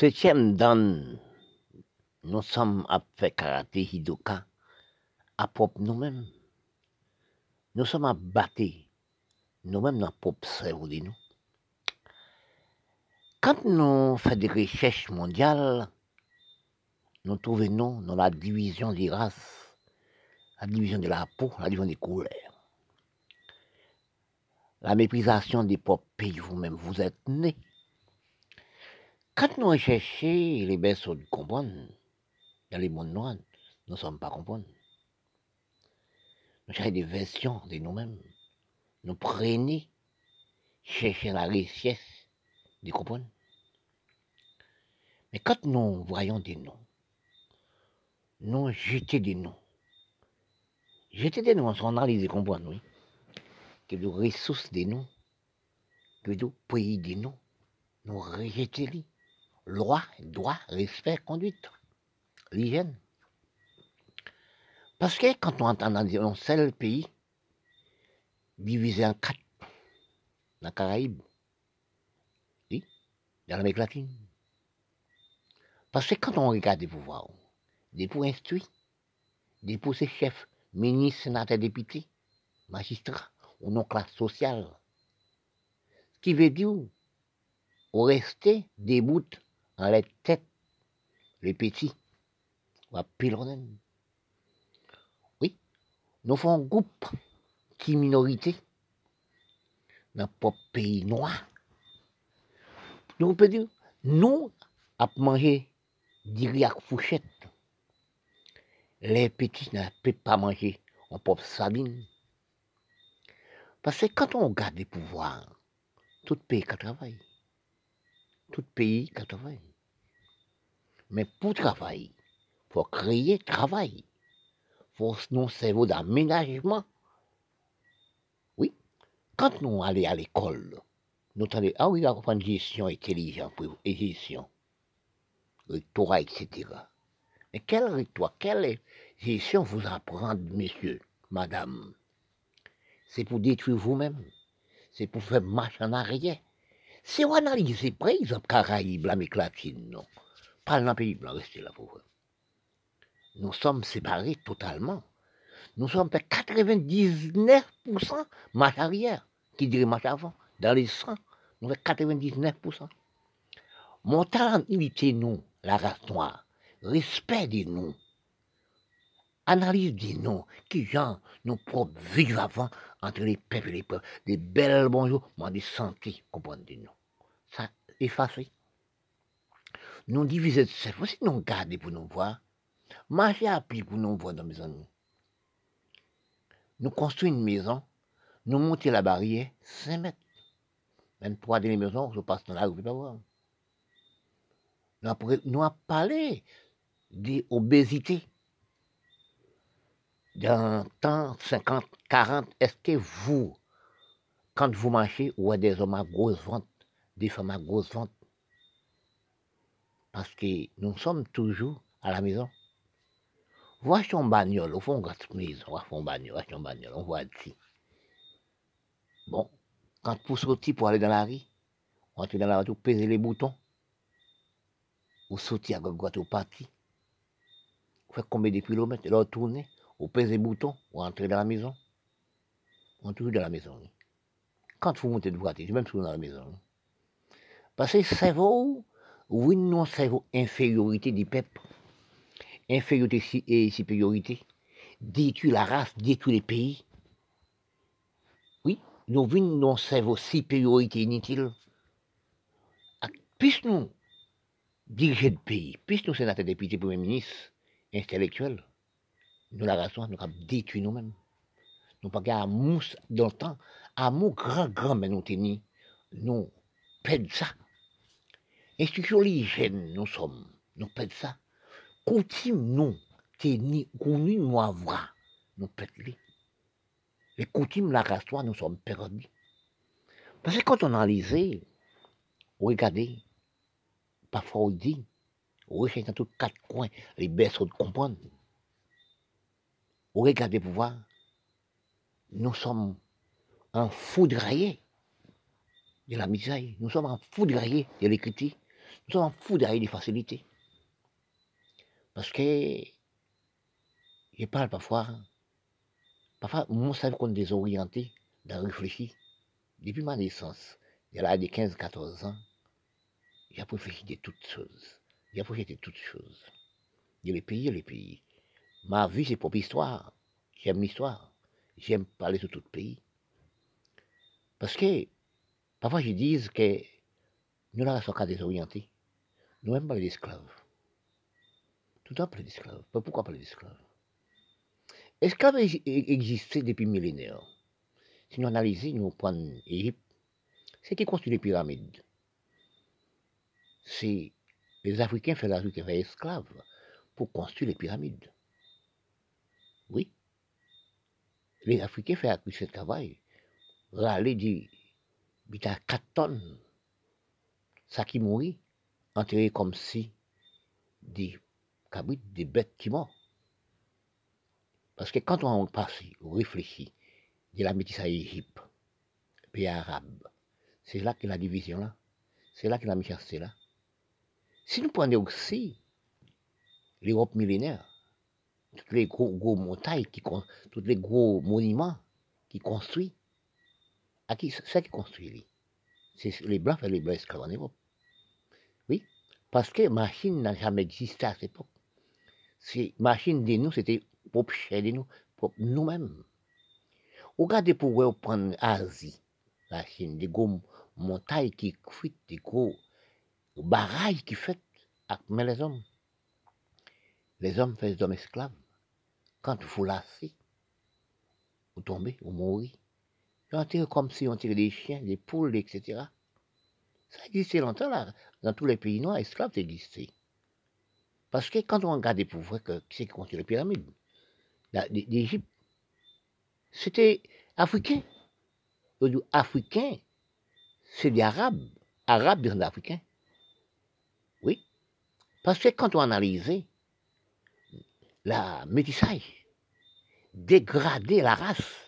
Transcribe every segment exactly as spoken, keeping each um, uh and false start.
Septième dan, nous sommes à faire karaté hidoka à propre nous-mêmes. Nous sommes à battre nous-mêmes dans propre cerveau de nous. Quand nous faisons des recherches mondiales, nous trouvons dans la division des races, la division de la peau, la division des couleurs. La méprisation des propres pays, vous-même, vous êtes nés. Quand nous recherchons les berceaux de comprendre, dans les mondes noirs, nous ne sommes pas comprendre. Nous cherchons des versions de nous-mêmes. Nous prenons, cherchons la richesse de comprendre. Mais quand nous voyons des noms, nous jetons des noms. Jeter des noms, on analyse et comprendre, oui. Que les ressources des noms, que les pays des noms, nous rejetons les loi, droit, respect, conduite, l'hygiène. Parce que quand on entend dans un seul pays, divisé en quatre, dans la Caraïbe, oui, dans l'Amérique latine. Parce que quand on regarde les pouvoirs, des pour instruits, des pour ses chefs, ministres, sénateurs, députés, magistrats, ou non classe sociale, ce qui veut dire, au rester des bouts en les têtes, les petits, ou à pilonner. Oui, nous faisons un groupe qui est minorité dans notre pays noir. Nous pouvons dire, nous, à manger du riz à fourchette, les petits ne peuvent pas manger en propre sabine. Parce que quand on regarde les pouvoirs, tout pays qui travaille, tout pays qui travaille. Mais pour travailler, il faut créer travail. Il faut nous cerveau d'aménagement. Oui, quand nous allons à l'école, nous allons, ah oui, on apprend gestion intelligente et gestion, rectorat, et cetera. Mais quel rectorat, quelle gestion vous apprendre, messieurs, madame? C'est pour détruire vous-même. C'est pour faire marche en arrière. Si on analyse, par exemple, Caraïbes, l'Amérique latine, non. Pas dans le pays blanc, restez là pour vous. Nous sommes séparés totalement. Nous sommes à quatre-vingt-dix-neuf pour cent marche arrière, qui dirait marche avant. Dans les cent, nous sommes quatre-vingt-dix-neuf pour cent. Mon talent, imiter nous, la race noire, respect des noms, analyse des noms, qui genre nos propres vivent avant entre les peuples et les peuples, des belles bonjours, moi des santé, comprendre des noms. Ça effacé. Nous divisons de ça, si nous gardons pour nous voir, marcher à pied pour nous voir dans mes amis. Nous construisons une maison, nous montons la barrière cinq mètres. Même trois des maisons, je passe dans la rue, je ne peux pas voir. Nous avons parlé d'obésité. Dans temps cinquante, quarante, est-ce que vous, quand vous marchez, vous avez des hommes à grosse vente, des femmes à grosse vente? Parce que nous sommes toujours à la maison. Vous achetez un bagnole, au fond, on gâte maison, on achetez un bagnole, on achetez un bagnole, on voit ici. Bon, quand vous sortez pour aller dans la rue, on entre dans la voiture, pesez les boutons, vous sortez à droite au parti, vous faites combien de kilomètres, et là, vous tournez, vous pesez les boutons, vous entrez dans la maison. On est toujours dans la maison. Oui. Quand vous montez de voiture, je même toujours dans la maison. Oui. Parce que cerveau, oui, non, cerveau, infériorité du peuple, infériorité et supériorité, détruit la race, détruit les pays. Oui, nous venons non cerveau, supériorité inutile. Puisque nous dirigeons le pays, puisque nous sénateurs, députés, premiers ministres, intellectuels, nous la race, nous avons détruit nous-mêmes. Nous pas gagné amour dans le temps, amour grand grand mais nous tenons, nous perdons ça. Institution l'hygiène nous sommes, nous perdons ça. Coutume nous tenons, connu nous avoir, nous perdons. Les coutumes la race nous sommes perdus. Parce que quand on analyse, regardez, parfois on dit, on recherche dans tous quatre coins les berceaux de comprendre. On regarde pour voir. Nous sommes enfoudraillés de la misère, nous sommes enfoudraillés de l'écriture, Nous sommes fous derrière des facilités. Parce que, je parle parfois, parfois, mon cerveau est désorienté, de réfléchir. Depuis ma naissance, il y a l'âge de quinze quatorze ans, j'ai réfléchi de toutes choses. J'ai réfléchi de toutes choses. Il y a les pays, il y a les pays. Ma vie, c'est propre histoire. J'aime l'histoire. J'aime parler sur tout le pays. Parce que, parfois, je dis que nous, là, sommes désorientés. Nous n'aimons pas les esclaves. Tout le temps parler d'esclaves. Pourquoi parler d'esclaves? Esclaves existaient depuis millénaires. Si nous analysons, nous prenons l'Égypte, c'est qui construit les pyramides. C'est les Africains font l'Afrique fait esclaves pour construire les pyramides. Oui. Les Africains font ce travail. Râler dit, il y a quatre tonnes. Ça qui mourit, enterré comme si des cabrites, des bêtes qui meurent. Parce que quand on passe, on réfléchit, de la métisse à Égypte, pays arabe, c'est là que la division là, c'est là que la méchanceté là. Si nous prenons aussi l'Europe millénaire, toutes les gros, gros montagnes, qui, tous les gros monuments qui construisent, à qui c'est qui construit? C'est les Blancs et les Blancs esclaves en Europe. Oui, parce que machine n'a jamais existé à cette époque. Ces machines de nous, c'était propre chez nous, propre nous-mêmes. Regardez pour vous prendre Asie, la Chine, des gros montagnes qui fuient, des gros barrages qui fait, mais les hommes, les hommes font des hommes esclaves. Quand vous lassez, vous tombez, vous mourrez. On tire comme si on tirait des chiens, des poules, et cetera. Ça existait longtemps là, dans tous les pays noirs, esclaves existaient. Parce que quand on regarde pour voir que qui c'est qui construit les pyramides d'Égypte, c'était africain. Africain, c'est des Arabes. Arabes des Africains. Oui. Parce que quand on analyse la métissage, dégrader la race,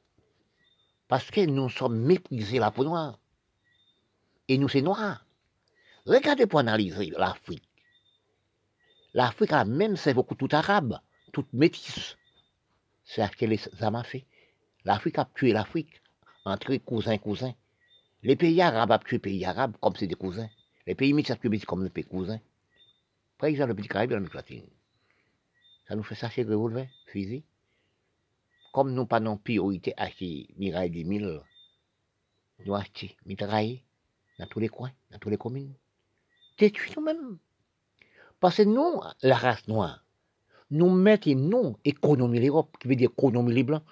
parce que nous sommes méprisés la peau noire. Et nous, c'est noir. Regardez pour analyser l'Afrique. L'Afrique a même cerveau que tout arabe, toute métisse. C'est ce que les hommes ont fait. L'Afrique a tué l'Afrique, entre cousins et cousins. Les pays arabes ont tué les pays arabes comme c'est des cousins. Les pays métis ont tué les pays comme des cousins. Par exemple, le petit Caraïbe et l'Amérique latine. Ça nous fait ça chez le revolver, fusil. Comme nous pas non priorité à acheter miraille des mille, nous achetons mitraille dans tous les coins, dans toutes les communes. Détruit nous-mêmes. Parce que nous, la race noire, nous mettons nous économie l'Europe, qui veut dire économie les Blancs.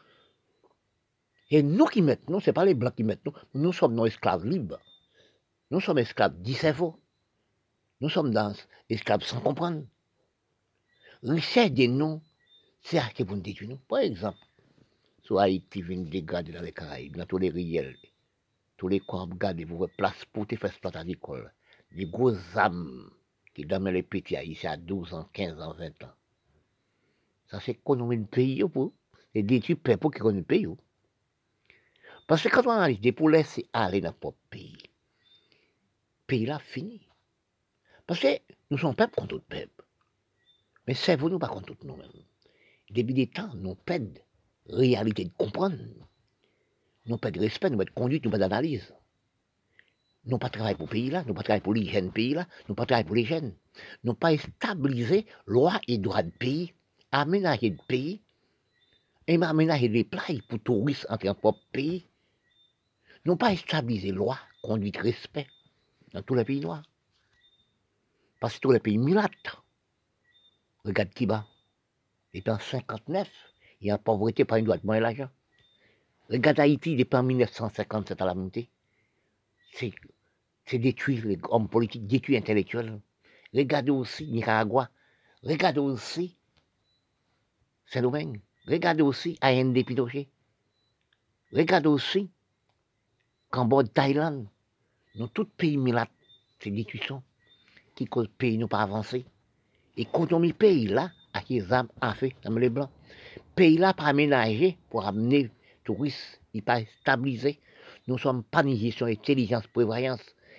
Et nous qui mettons, nous, ce n'est pas les Blancs qui mettent nous, nous sommes nos esclaves libres. Nous sommes esclaves du cerveau. Nous sommes dans esclaves sans comprendre. Richesse de nous, c'est à ce que vous nous détruisez nous. Par exemple, sur Haïti, vient dégrader dans les Caraïbes, dans tous les riels, tous les corps, regardez, vous voyez, place pour te faire exploiter agricole. Les gros âmes qui donnent les petits haïtiens à douze ans, quinze ans, vingt ans. Ça, c'est économie de pays pour et détruire le peuple qui connaît le pays. Parce que quand on analyse des pour laisser aller dans notre pays, le pays là fini. Parce que nous sommes peuple contre d'autres peuples. Mais cerveau nous pas contre nous-mêmes. Depuis des temps, nous perdons réalité de comprendre. Nous perdons respect, nous perdons conduite, nous perdons d'analyse. Nous pas travailler pour le pays là, nous pas travailler pour l'hygiène pays là, nous pas travailler pour les jeunes. Nous pas stabiliser loi et droit de pays, aménager le pays, et aménager les plages pour touristes entrer dans propre pays. Nous pas stabiliser loi, conduite, respect dans tous les pays noirs. Parce que tous les pays mulâtres, regarde Kiba, depuis en cinquante-neuf, il y a une pauvreté par une droite moins l'argent. Regarde Haïti, depuis en mille neuf cent cinquante-sept à la montée. C'est, c'est détruire les hommes politiques, détruire les intellectuels. Regardez aussi Nicaragua. Regardez aussi Saint-Domingue. Regardez aussi A N D Pinochet. Regardez aussi Cambodge, Thaïlande. Nous, tous pays mulâtres, c'est détruction qui cause le pays nous pas avancer. Et quand on met le pays là, à qui les âmes ont fait, dans les blancs, le pays là pas aménagé pour amener les touristes, il pas stabilisé. Nous ne sommes pas ni gestion intelligence, prévoyance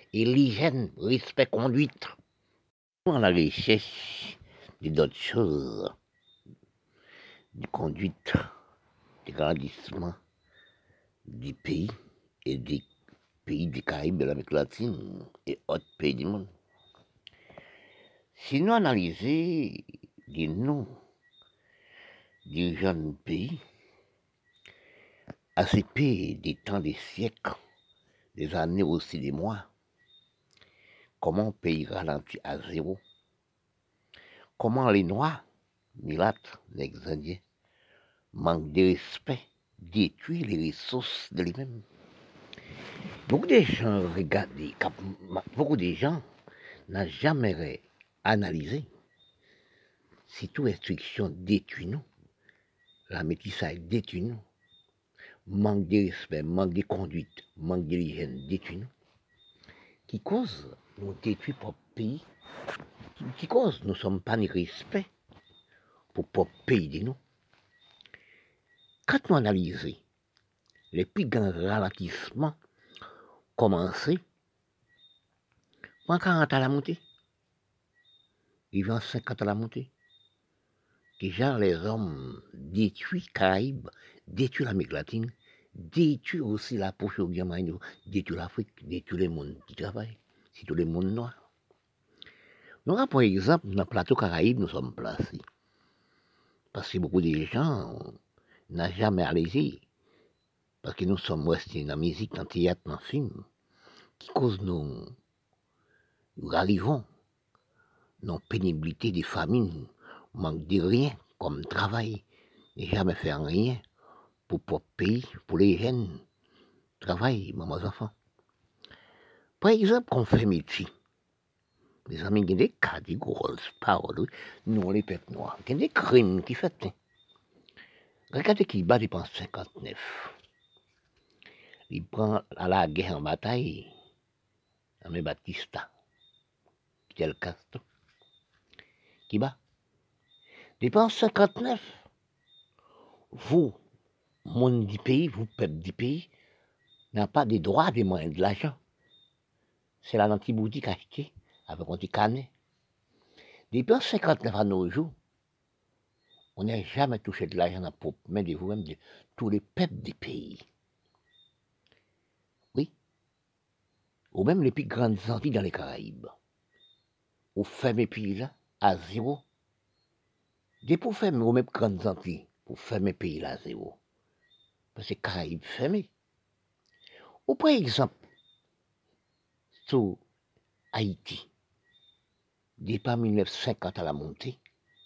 et l'hygiène, respect, conduite. Dans la recherche d'autres choses, de conduite, de grandissement du pays et des pays des Caraïbes, de l'Amérique latine et autres pays du monde. Si nous analysons les noms des jeunes pays, à ces pays des temps, des siècles, des années aussi, des mois, comment un pays ralentit à zéro, comment les Noirs, Mulattes, les Indiens, manquent de respect, détruisent les ressources de lui-même. Beaucoup de gens regardent, beaucoup de gens n'ont jamais analysé si toute restriction détruit nous, la métissage détruit nous, manque de respect, manque de conduite, manque d'hygiène détruit nous, qui cause nous détruit propre pays, qui, qui cause nous ne sommes pas ni respect pour propre pays de nous. Quand nous analysons les plus grands ralentissements commencés, en quarante à la montée, ils vont cinquante à la montée. Déjà, les hommes détruisent Caraïbes, détruisent l'Amérique latine, détruisent aussi la poche au Diamant, détruisent l'Afrique, détruisent le monde qui travaille, surtout le monde noir. Donc, par exemple, dans le plateau Caraïbes, nous sommes placés. Parce que beaucoup de gens n'ont jamais analysé, parce que nous sommes restés dans la musique, dans le théâtre, dans le film, qui cause nous, nous arrivons dans la pénibilité des familles, manque de rien comme travail, et jamais faire rien pour le pays, pour les jeunes, travail, maman, enfants. Par exemple, qu'on fait métier, les amis, il y a des cas, des grosses paroles, nous, les peuples noirs, il y a des crimes qui font. Regardez qui bat depuis cinquante-neuf. Il prend à la guerre en bataille, Amé Batista, Fidel Castro, qui bat. Depuis cinquante-neuf, vous, monde du pays, vous, peuple du pays, n'avez pas de droits de moyens de l'argent. C'est là dans petite boutique achetée, avec un petit canet. Depuis cinquante-neuf à nos jours, on n'a jamais touché de l'argent dans la propre main de vous-même, de tous les peuples du pays. Oui. Ou même les plus grandes Antilles dans les Caraïbes. Ou fermez pays là, à zéro. Dès pour fermer, ou même grandes Antilles, pour fermer pays là à zéro. Parce que les Caraïbes fermés. Ou par exemple, sur Haïti, depuis mille neuf cent cinquante à la montée,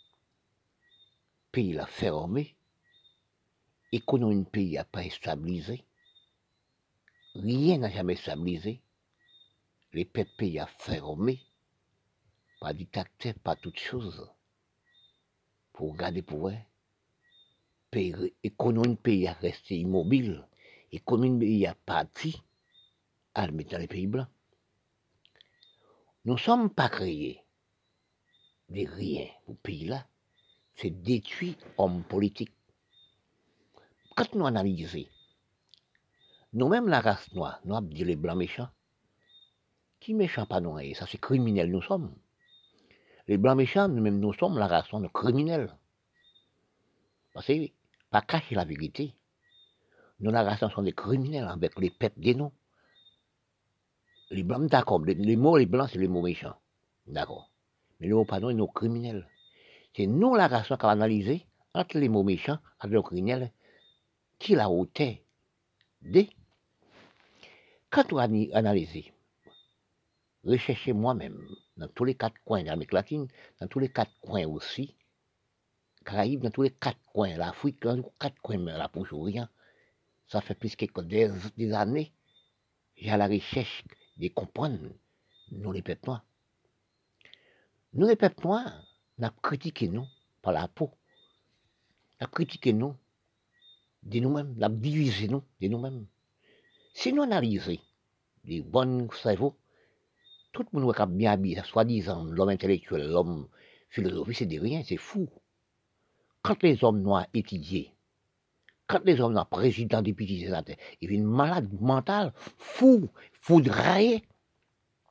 pays là fermé, économie du pays n'a pas stabilisé, rien n'a jamais stabilisé, les peuples pays a fermé, pas dictateur, pas toute chose, pour garder pour eux, l'économie du pays a resté immobile, l'économie du pays a parti, à le mettre dans les pays blancs. Nous ne sommes pas créés de rien pour ce pays-là, c'est détruire hommes politiques. Quand nous analysons, nous-mêmes la race noire, nous avons dit les blancs méchants. Qui méchants pas nous, ça c'est criminel nous sommes. Les blancs méchants, nous-mêmes nous sommes la race noire, criminels. Parce que, pas cacher la vérité, nous la race noire sont des criminels avec les peuples des noms. Les blancs, d'accord, les mots les blancs c'est les mots méchants, d'accord. Mais les mots pas nous, ils sont criminels. C'est nous la race noire qui a analysé entre les mots méchants et les criminels qui la hauteur des. Quand on analyse, recherchez moi-même, dans tous les quatre coins de l'Amérique latine, dans tous les quatre coins aussi, Caraïbes, dans tous les quatre coins, l'Afrique, dans tous les quatre coins de la Proche-Orient, ça fait plus que des, des années, j'ai à la recherche de comprendre, nous les peuples noirs. Nous les peuples noirs, nous avons critiqué nous par la peau, nous avons critiqué nous de nous-mêmes, nous avons divisé nous de nous-mêmes. Si nous analysons les bons cerveaux, tout le monde qui a bien habillé, soi-disant l'homme intellectuel, l'homme philosophique, c'est de rien, c'est fou. Quand les hommes noirs étudient, quand les hommes noirs président des petits sénateurs, ils viennent malades mentales, fous, foudraillés.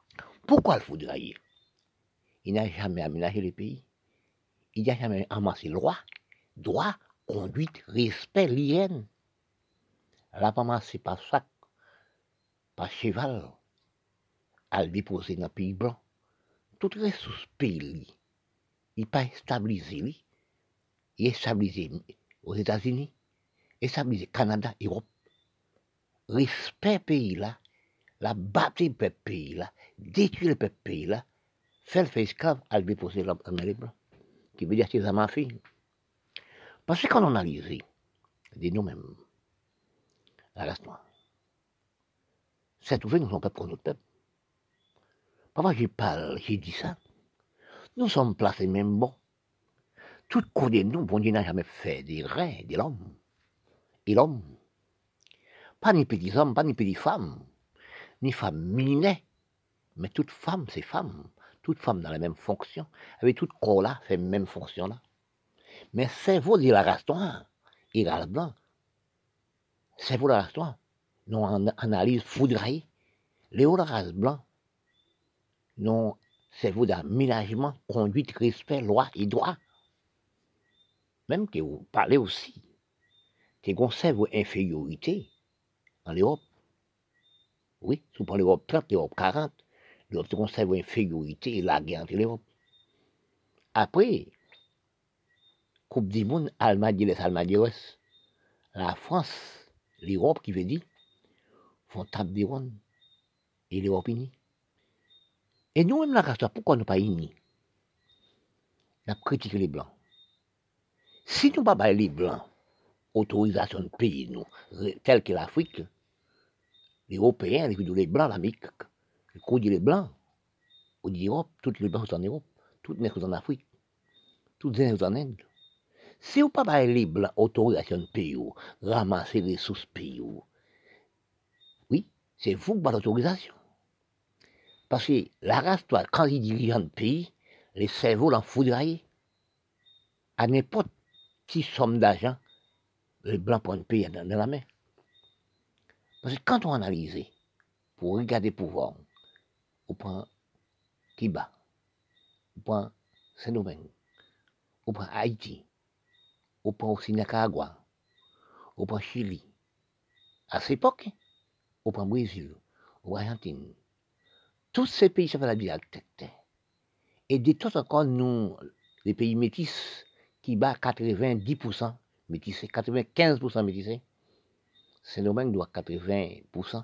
Pourquoi le foudroyer? Il n'a jamais aménagé le pays. Il n'a jamais amassé loi, droit, conduite, respect, l'hygiène. La pas amassé par sac, par cheval, à le déposer dans le pays blanc. Toute ressource pays, il n'est pas stabilisé. Il est stabilisé aux États-Unis, il est stabilisé au Canada, Europe. Respect pays là, la battre le peuple pays là, détruire le peuple pays là, faire le fait esclave, à le déposer dans les blancs. Qui veut dire que c'est ça ma fille. Parce que quand on analyse, de nous-mêmes, la race noire, c'est ouvert, nous sommes peuple pour notre peuple. Parfois, je parle, j'ai dit ça. Nous sommes placés même bon. Tout côté de nous, bon Dieu n'a jamais fait des reins de l'homme. Et l'homme, pas ni petits hommes, pas ni petites femmes, ni femmes mineures, mais toute femme, c'est femme. Toute femme dans la même fonction, avec tout corps là, fait la même fonction là. Mais cerveau de la race noire, et la race blanc, cerveau de la race noire, nous analyse foudroyée. Les autres races blancs, non cerveau d'aménagement, conduite, respect, loi et droit. Même que vous parlez aussi, que vous cerveau infériorité en Europe. Oui, si vous parlez l'Europe trente, l'Europe quarante, l'Europe vous cerveau infériorité et la guerre entre l'Europe. Après, Coupe du Monde, Allemagne, les Almagères, la France, l'Europe qui veut dire, font table des rondes et l'Europe unie. Et nous-mêmes, la race, pourquoi nous pas unis? On a critiqué les Blancs. Si nous ne pas les Blancs, autorisation de pays, nous, tel que l'Afrique, les Européens, les Blancs, l'Amérique, les Blancs, ou d'Europe, toutes les Blancs sont en Europe, toutes les sont en Afrique, toutes les sont en Inde. Si vous ne pas les Blancs, autorisation de pays, ramasser les ressources pays, oui, c'est vous qui avez l'autorisation. Parce que la race, toi, quand ils dirigent un pays, les cerveaux l'en foudroient. À n'importe quelle somme d'argent, les Blancs prennent le pays dans la main. Parce que quand on analyse, pour regarder le pouvoir, on prend Cuba, on prend Saint-Domingue, on prend Haïti, on prend aussi Nicaragua, on prend Chili. À cette époque, on prend Brésil, on prend Argentine. Tous ces pays, ça fait la vie à tête. Et de temps encore, nous, les pays métis, qui bat quatre-vingt-dix pour cent métissés, quatre-vingt-quinze pour cent métissés. Saint-Domingue doit quatre-vingts pour cent.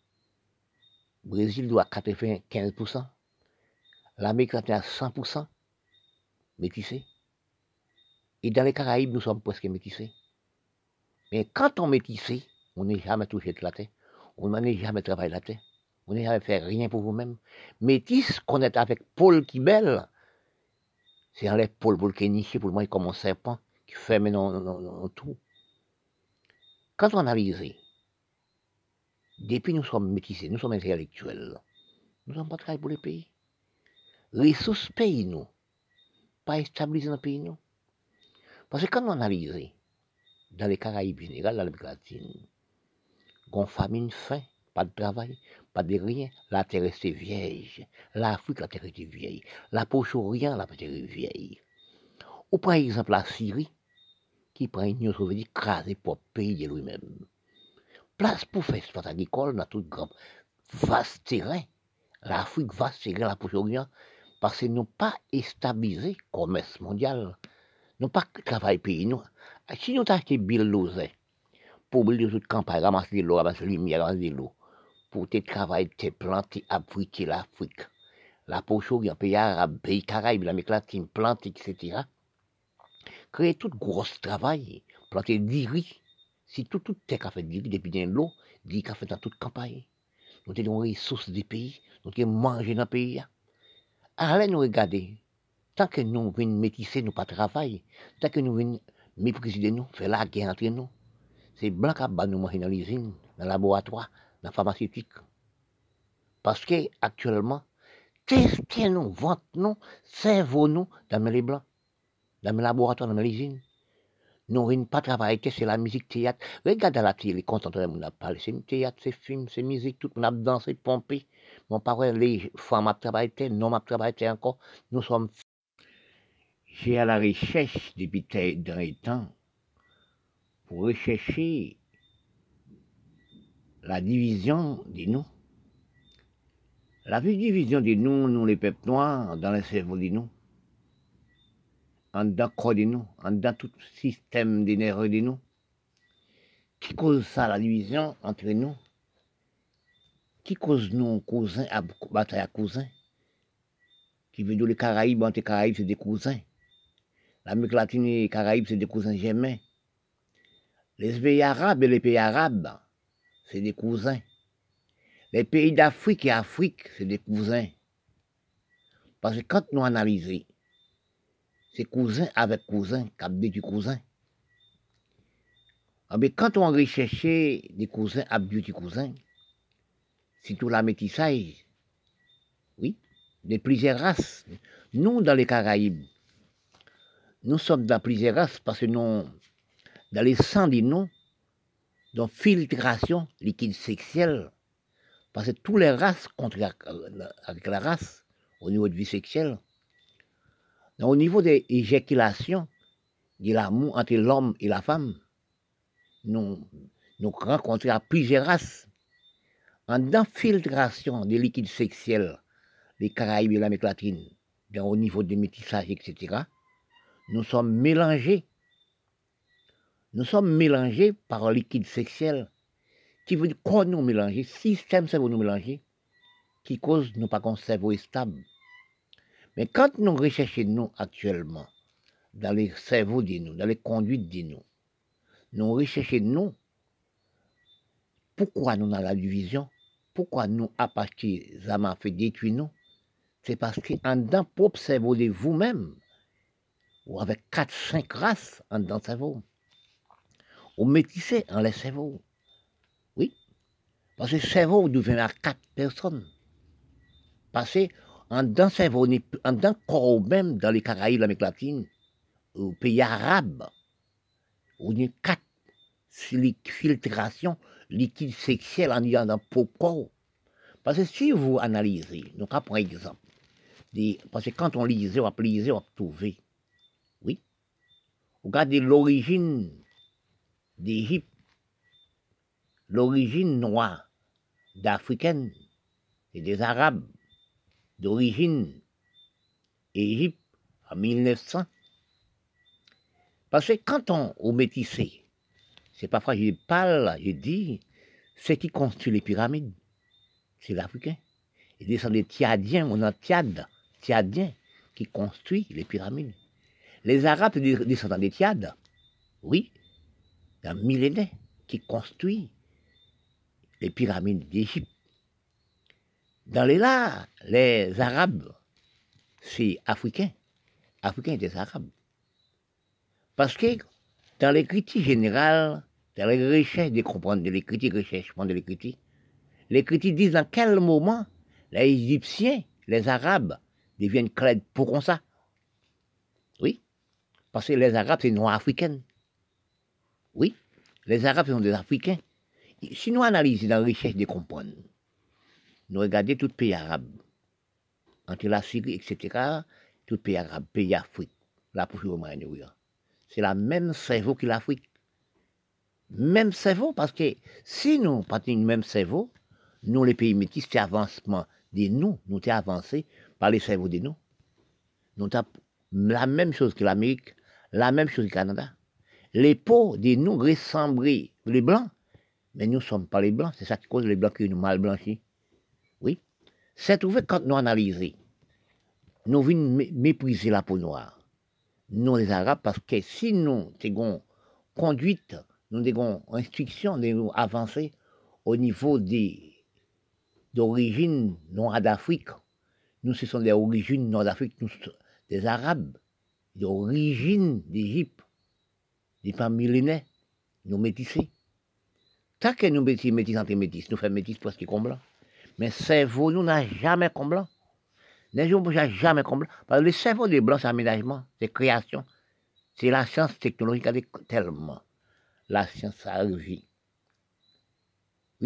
Brésil doit quatre-vingt-quinze pour cent. L'Amérique latine à cent pour cent métissés. Et dans les Caraïbes, nous sommes presque métissés. Mais quand on métissé, on n'est jamais touché de la terre. On n'est jamais travaillé la terre. On n'est jamais fait rien pour vous-même. Métis, qu'on est avec Paul qui belle, c'est enlève Paul pour le niché, pour le moins comme un serpent qui ferme dans, dans, dans tout. Quand on analyse, depuis nous sommes métissés, nous sommes intellectuels, nous sommes pas travaillés pour le pays. Ressources pays, nous, pas stabilisés dans le pays, nous. Parce que quand on analyse, dans les Caraïbes général, dans l'Amérique latine, on famine, faim, pas de travail, pas de rien, la terre est vieille, l'Afrique, la terre est vieille, la Proche-Orient, la terre est vieille. Ou par exemple la Syrie, qui prend une union soviétique crasée pour pays de lui-même. Place pour faire espace agricole dans tout grand vaste terrain. L'Afrique, vaste terrain, la Proche-Orient, parce que nous pas stabilisé le commerce mondial. Nous pas travaillé pays. Nous. Si nous avons acheté Bill Lozé, pour brûler toute campagne, ramasser l'eau, ramasser lumière, ramasser l'eau, pour te travailler, te planter, abriter l'Afrique, la Proche-Orient, pays arabe, pays Caraïbes, l'Amérique latine, planter, et cetera. Créer tout gros travail, planter dix riz. Si tout tout est fait dix riz depuis de l'eau, dix riz fait dans toute campagne. Nous avons des ressources du pays, nous avons mangé dans le pays. Allez nous regarder. Tant que nous venons métisser, nous pas travailler. Tant que nous venons mépriser de nous, faire la guerre entre nous. C'est blanc qui va nous manger dans l'usine, dans le laboratoire, dans la pharmaceutique. Parce que actuellement, testez-nous, vente-nous, servons-nous dans les blancs, dans le laboratoire, dans l'usine. Nous ne pas travailler, c'est la musique théâtre. Regardez à la télé, contemporaine, on a parlé, c'est théâtre, c'est film, c'est musique, tout le monde a dansé, pompé. non pas vrai, les femmes à travailler, non à travailler encore, nous sommes. J'ai à la recherche depuis dans les temps pour rechercher la division de nous. La division de nous, nous les peuples noirs, dans le cerveau de nous, en dedans corps de nous, en dedans tout système d'énergie de nous. Qui cause ça, la division entre nous? Qui cause nous, cousins, à bataille à cousins? Qui veut dire les Caraïbes, entre les Caraïbes, c'est des cousins. L'Amérique latine et les Caraïbes, c'est des cousins germains. Les pays arabes et les pays arabes, c'est des cousins. Les pays d'Afrique et Afrique, c'est des cousins. Parce que quand nous analysons, c'est cousin avec cousin, cap du cousin. Mais quand on recherche des cousins à du cousin, c'est tout la métissage, oui, de plusieurs races. Nous, dans les Caraïbes, nous sommes dans plusieurs races parce que nous, dans les sangs de nous, dans filtration liquide sexuelle, parce que toutes les races contre la, avec la race, au niveau de vie sexuelle, donc, au niveau des éjaculations, de l'amour entre l'homme et la femme, nous, nous rencontrons à plusieurs races. En infiltration des liquides sexuels, les Caraïbes et l'Amérique latine, donc au niveau des métissages, et cetera, nous sommes mélangés. Nous sommes mélangés par un liquide sexuel qui veut dire quoi nous mélanger, système cerveau nous mélanger, qui cause nous pas qu'on cerveau stable. Mais quand nous recherchons nous actuellement, dans les cerveaux de nous, dans les conduites de nous, nous recherchons nous, pourquoi nous avons la division, pourquoi nous, à partir de ça, fait détruire nous, c'est parce qu'en dedans, propre cerveau de vous-même, ou avec quatre, cinq races en dedans cerveau, ou métissé en les cerveaux. Oui, parce que le cerveau devient à quatre personnes. Parce qu'en dedans cerveau, en dedans corps même, dans les Caraïbes, l'Amérique latine, aux pays arabes, on a quatre filtrations liquides sexuelles en ayant dans le corps. Parce que si vous analysez, donc par exemple, des, parce que quand on lisait, on va liser, on va trouver. Oui. Regardez l'origine d'Égypte, l'origine noire d'Africaine et des Arabes d'origine Égypte en mille neuf cents. Parce que quand on au métissé, c'est parfois je parle, je dis, c'est qui construit les pyramides, c'est l'Africain. Il descend des Tchadiens, on a Tchad, Tchadiens qui construit les pyramides. Les Arabes descendent des Tchad, oui, d'un millénaire, qui construit les pyramides d'Égypte. Dans les là, les Arabes, c'est africain, africain des Arabes. Parce que dans les critiques générales, dans les recherches de comprendre, les critiques, recherchement de les critiques, les critiques disent dans quel moment les Égyptiens, les Arabes, deviennent clairs pour comme ça. Oui, parce que les Arabes, c'est noirs africains. Oui, les Arabes sont des Africains. Si nous analysons dans la recherche de comprendre, nous regardons tous les pays arabes, entre la Syrie, et cetera, tous les pays arabes, pays Afrique, la poursuite c'est la même cerveau que l'Afrique. Même cerveau, parce que si nous partons du même cerveau, nous, les pays métis, c'est avancement de nous, nous sommes avancés par les cerveaux de nous. Nous avons la même chose que l'Amérique, la même chose que le Canada. Les peaux de nous ressemblent les blancs, mais nous ne sommes pas les blancs, c'est ça qui cause les blancs qui nous mal blanchis. Oui. C'est trouvé quand nous analysons, nous venons mépriser la peau noire, nous les Arabes, parce que si nous avons conduite, nous avons instruction de nous avancer au niveau des d'origine noire d'Afrique, nous ce sont des origines nord d'Afrique, nous des Arabes, d'origine d'Égypte, des pas millénaires, nous métissés. Tant que nous métissons métis entre métis, nous faisons métis presque comme blanc. Mais le cerveau, nous n'a jamais comme blanc. Les gens n'ont jamais comme blanc. Parce que le cerveau des blancs, c'est aménagement, c'est création. C'est la science technologique avec tellement. La science a réussi. Oui,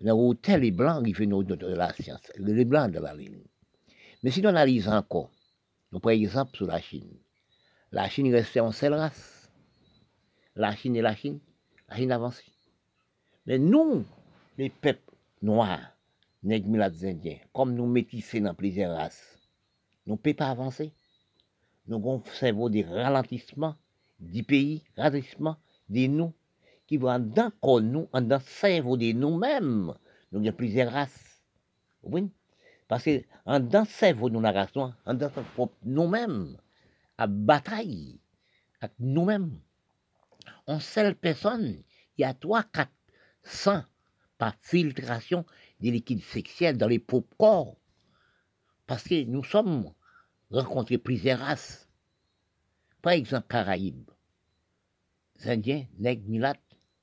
Où les blancs qui viennent de la science, les blancs de la ligne. Mais si on analyse encore, nous prenons exemple sur la Chine. La Chine restait en seule race. La Chine et la Chine, la Chine avancée. Mais nous, les peuples noirs, nègres, mulâtres, indiens, comme nous métissés dans plusieurs races, nous ne pouvons pas avancer. Nous avons un cerveau de ralentissement du pays, ralentissement de nous, qui vont dans le nous, dans le cerveau de nous-mêmes. Nous avons plusieurs races. Oui? Parce que dans le cerveau de la race, dans nous-mêmes, à bataille avec nous-mêmes. En seule personne, il y a trois, quatre, cent par filtration des liquides sexuels dans les propres corps. Parce que nous sommes rencontrés plusieurs races. Par exemple, Caraïbes, Indiens, nègres, mulâtres,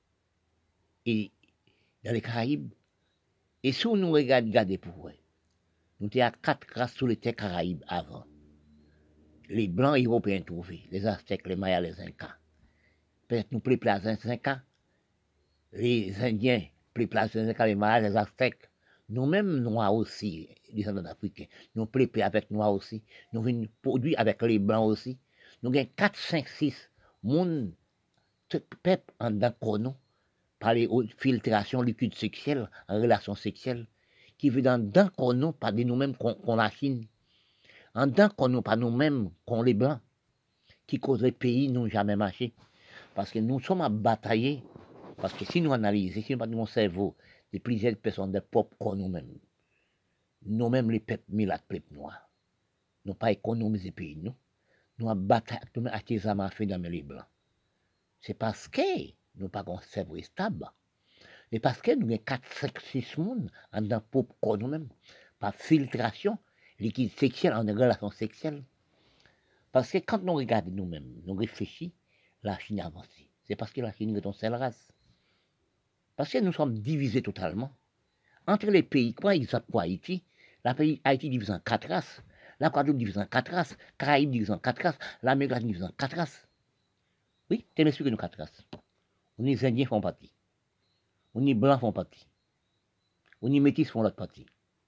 et dans les Caraïbes. Et si nous regardons pour vous, nous étions à quatre races sur les terres Caraïbes avant. Les Blancs européens trouvés, les Aztèques, les Mayas, les Incas. Peut-être nous plaît les Incas, les Indiens, plaît les Incas, les Mayas, les Aztèques. Nous-mêmes, Noirs aussi, les descendants africains, nous plaît avec Noirs aussi. Nous venons produire avec les Blancs aussi. Nous avons quatre, cinq, six monde, peuple en d'un par les filtrations liquides sexuelles, en relations sexuelles, qui veut dans d'un chrono, pas de nous-mêmes qu'on la Chine. En d'un chrono, pas nous-mêmes qu'on les Blancs, qui causent les pays n'ont jamais marché. Parce que nous sommes à batailler. Parce que si nous analysons, si nous avons un cerveau de plusieurs personnes de propres qu'on nous-mêmes, nous-mêmes les peuples mulâtres, les peuples noirs, nous pas économisé le pays, nous. Nous avons bataillé avec les armes à feu dans les Blancs. C'est parce que nous n'avons pas un cerveau stable. Mais parce que nous avons quatre, cinq, six mondes en dans propre corps nous-mêmes, par filtration, liquide sexuel en relation sexuelle. Parce que quand nous regardons nous-mêmes, nous réfléchissons, la Chine avance. C'est parce que la Chine est une seule race. Parce que nous sommes divisés totalement. Entre les pays, par exemple pour Haïti, la pays Haïti divise en quatre races, la Guadeloupe divise en quatre races, Caraïbes divise en quatre races, l'Amérique latine divise en quatre races. Oui, c'est l'expliqué nous quatre races. On les Indiens font partie. On les Blancs font partie. On les Métis font l'autre partie.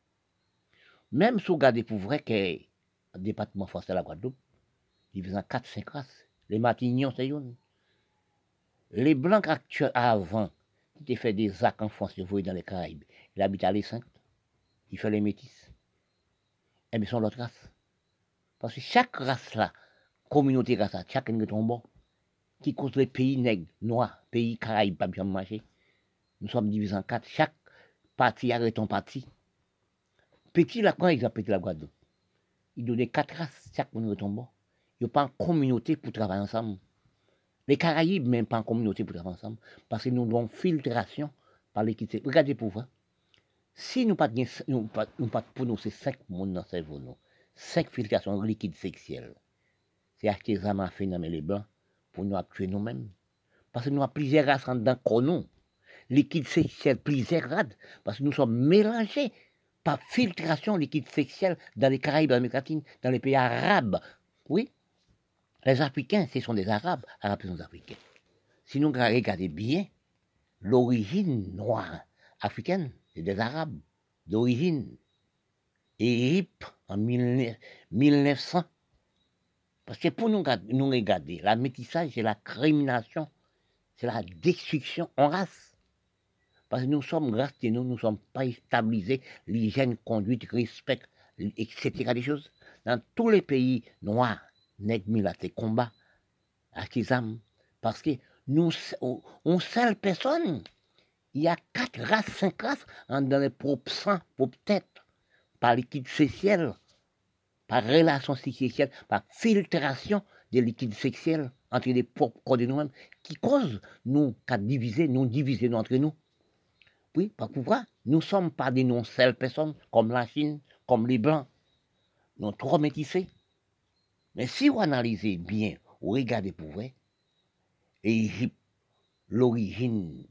Même si vous regardez pour vrai que le département français de la Guadeloupe, divise en quatre, cinq races. Les Martignons, c'est une. Les Blancs actuels avant, qui fait des actes en France, vous voyez dans les Caraïbes, ils habitent à les Saintes, ils font les Métis. Et bien, ils sont l'autre race. Parce que chaque race là, communauté race là, chacun est un bon, qui cause les pays nègres, noirs, pays Caraïbes, pas bien marché. Nous sommes divisés en quatre. Chaque parti arrête un parti. Petit là, quand ils appellent la Guadeloupe, ils donnent quatre races, chaque monde est un bon. Ils n'ont pas une communauté pour travailler ensemble. Les Caraïbes, même pas en communauté pour travailler ensemble, parce que nous avons filtration par l'équité. Regardez pour voir. Si nous ne nous pas, nous pas pour nous, c'est cinq mondes dans le cerveau, nous. Cinq filtrations liquides sexuelles. C'est acheter ça m'a fait dans les Blancs pour nous tuer nous-mêmes. Parce que nous avons plusieurs races en dedans chrono. Liquide sexuel, plusieurs races, parce que nous sommes mélangés par filtration liquide sexuel dans les Caraïbes, dans l'Amérique latine, dans les pays arabes. Oui. Les Africains, ce sont des Arabes, Arabes sont des Africains. Si nous regardons bien, l'origine noire africaine, c'est des Arabes d'origine. Égypte, en mille neuf cents. Parce que pour nous, nous regarder, la métissage, c'est la crimination, c'est la destruction en race. Parce que nous sommes, grâce à nous, nous ne sommes pas stabilisés, l'hygiène, conduite, respect, et cetera des choses. Dans tous les pays noirs, nègres, mulâtres, combat à ces âmes. Parce que nous, on seule personne, il y a quatre races, cinq races, dans les propres sang, propres têtes, par liquide sexuel, par relation sexuelle, par filtration des liquides sexuels entre les propres corps de nous-mêmes, qui cause nous, qu'à diviser, nous diviser entre nous. Oui, par pourquoi nous ne sommes pas des non-seules personnes, comme la Chine, comme les Blancs. Nous sommes trop métissés. Mais si vous analysez bien, vous regardez pour vrai, l'Égypte, l'origine,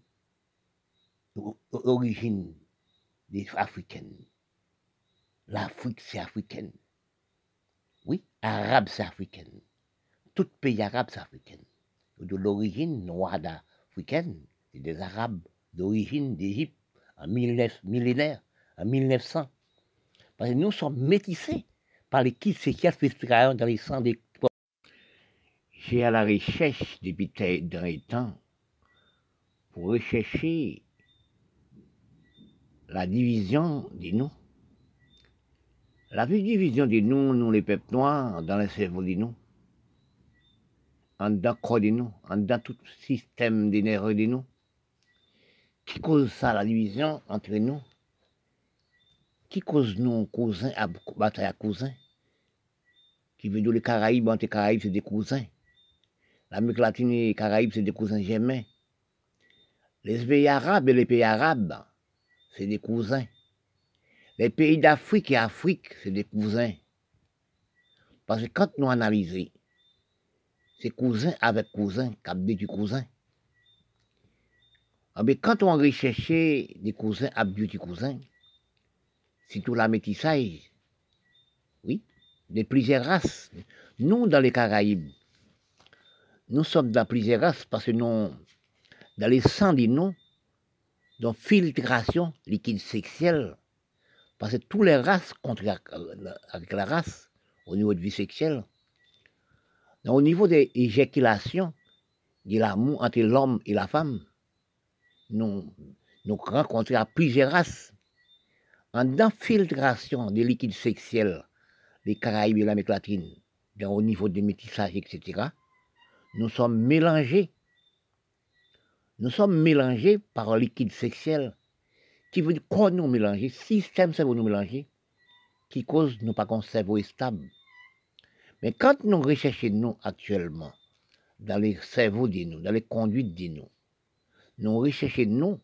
l'origine des Africaines. L'Afrique, c'est africaine. Oui, arabe, c'est africaine. Tout pays arabe, c'est africaine. De l'origine noire africaine, c'est des Arabes d'origine d'Égypte, en millénaire, en mille neuf cents. Parce que nous sommes métissés par les kits séquelles festivaleurs dans les centres des... J'ai à la recherche depuis dans les temps pour rechercher la division des nous. La division des nous, nous les peuples noirs, dans le cerveau des nous, en dedans corps des nous, en dedans tout système d'énergie des nous. Qui cause ça, la division entre nous? Qui cause nous, cousins, à bataille à cousins? Qui veut dire les Caraïbes, entre les Caraïbes, c'est des cousins. L'Amérique latine et les Caraïbes, c'est des cousins germains. Les pays arabes et les pays arabes, c'est des cousins. Les pays d'Afrique et Afrique, c'est des cousins. Parce que quand nous analysons, c'est cousin avec cousin, cap du cousin. Mais quand on recherche des cousins à du cousin, c'est tout la métissage, oui, de plusieurs races. Nous, dans les Caraïbes, nous sommes dans plusieurs races parce que nous, dans les sangs de nous, dans filtration liquide sexuelle, parce que toutes les races contre la, avec la race, au niveau de vie sexuelle, donc, au niveau des éjaculations, de l'amour entre l'homme et la femme, nous, nous rencontrons à plusieurs races. En infiltration des liquides sexuels, les Caraïbes et l'Amérique latine, donc au niveau des métissages, et cetera, nous sommes mélangés. Nous sommes mélangés par un liquide sexuel qui veut dire qu'on nous mélanger, système cerveau nous mélanger, qui cause nous pas qu'on cerveau stable. Mais quand nous recherchons nous actuellement, dans les cerveaux de nous, dans les conduites de nous, nous recherchons nous,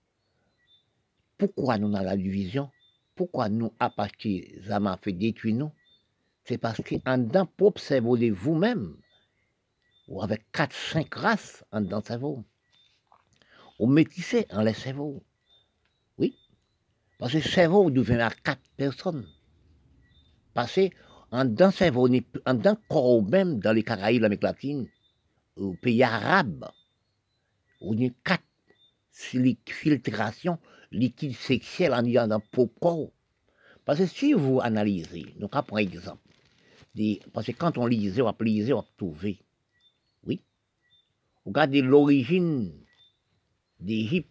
pourquoi nous avons la division? Pourquoi nous, à partir de ça m'a fait détruire nous? C'est parce qu'en dedans, propre cerveau de vous-même, ou avec quatre, cinq races en dedans cerveau, ou métissé en les cerveaux. Oui. Parce que le cerveau devient à quatre personnes. Parce qu'en dedans cerveau, en dedans corps même, dans les Caraïbes, l'Amérique latine, aux pays arabes, on a quatre filtrations liquide sexuel en ayant dans le corps. Parce que si vous analysez, donc par exemple, des, parce que quand on lisait, on va liser, on va trouver. Oui. Regardez l'origine d'Égypte,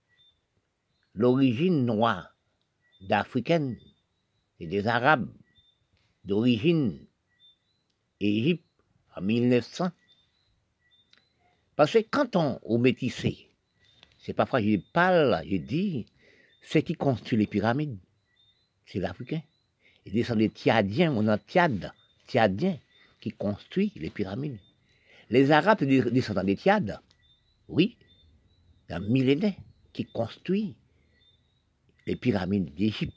l'origine noire d'Africaine, c'est des Arabes d'origine Égypte en mille neuf cents. Parce que quand on au métissé, c'est parfois je parle, je dis, ce qui construit les pyramides, c'est l'Africain. Il descend des Tiadiens, on a Tiad, Tiadiens, qui construit les pyramides. Les Arabes, c'est des descendants des Tiades, oui, un millénaire, qui construit les pyramides d'Égypte.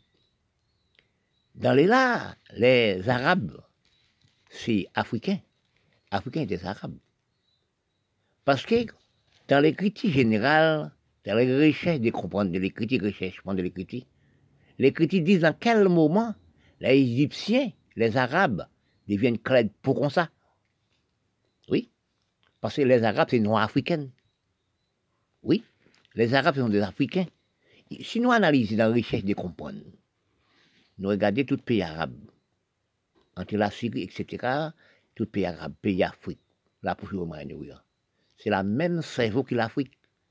Dans les là, les Arabes, c'est africain. Africain des Arabes. Parce que dans les critiques générales, dans les recherches de comprendre, les critiques, recherchement de les critiques, les critiques disent dans quel moment les Égyptiens, les Arabes, deviennent clairs pour ça. Oui. Parce que les Arabes, c'est noirs africains. Oui. Les Arabes sont des Africains. Si nous analysons dans la recherche de comprendre, nous regardons tout pays arabe, entre la Syrie, et cetera, tout pays arabe, pays Afrique, la poursuite au Moyen-Orient. C'est la même cerveau que l'Afrique.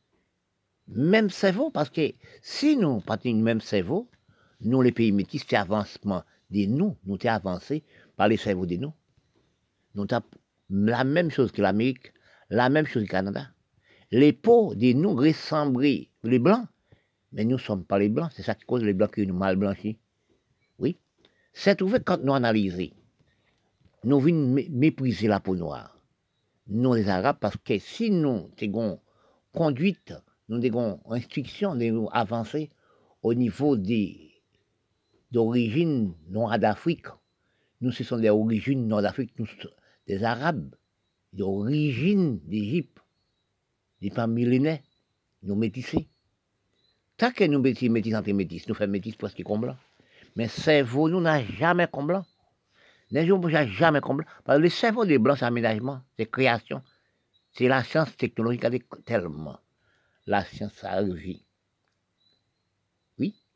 Même cerveau, parce que si nous partons du même cerveau, nous, les pays métis, c'est avancement de nous, nous sommes avancés par les cerveaux de nous. Nous avons la même chose que l'Amérique, la même chose que le Canada. Les peaux de nous ressemblent les blancs, mais nous ne sommes pas les blancs, c'est ça qui cause les blancs qui nous mal blanchis. Oui. C'est trouvé quand nous analysons, nous venons mépriser la peau noire. Nous, les Arabes, parce que si nous avons conduite, nous avons instruction de nous avancer au niveau des d'origine noire d'Afrique. Nous, ce sont des origines nord d'Afrique, nous, des Arabes, d'origine d'Égypte, des pas millénaires, nous métissés. Tant que nous métissons, métis entre métis, nous faisons métis presque comme blanc. Mais cerveau, nous n'a jamais comme blanc. Les gens n'ont jamais comme blanc. Parce que le cerveau des blancs, c'est aménagement, c'est création. C'est la science technologique avec tellement. La science a réussi.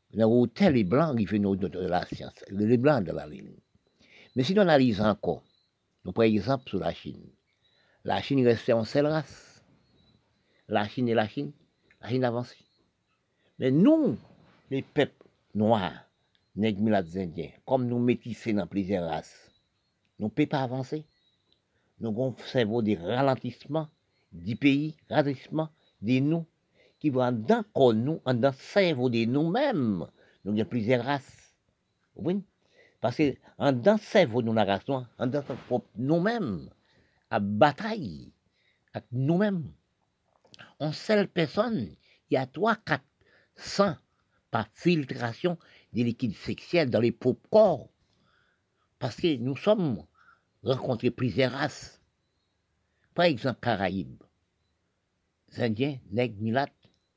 Dans l'hôtel, les blancs, ils viennent de la science, les blancs de la ligne. Mais si on analyse encore, nous par exemple sur la Chine, la Chine restait en seule race. La Chine et la Chine, la Chine avancée. Mais nous, les peuples noirs, nègres, mulâtres, indiens, comme nous métissés dans plusieurs races, nous ne pouvons pas avancer. Nous avons un cerveau de ralentissement du pays, ralentissement de nous, qui vont dans le nous, dans le cerveau de nous-mêmes. Nous avons plusieurs races. Oui. Parce que dans le cerveau de nous, la race noire, dans nous-mêmes, à bataille avec nous-mêmes. En seule personne, il y a trois, quatre, cent par filtration des liquides sexuels dans les propres corps. Parce que nous sommes rencontrés plusieurs races. Par exemple, Caraïbes, Indiens, nègres, mulâtres,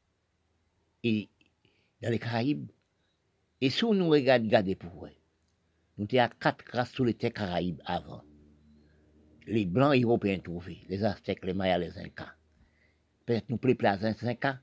et dans les Caraïbes. Et si nous regardons, regardez pour vous, nous étions à quatre races sur les terres Caraïbes avant. Les Blancs européens trouvés, les Aztèques, les Mayas, les Incas. Peut-être nous plaît place les Incas,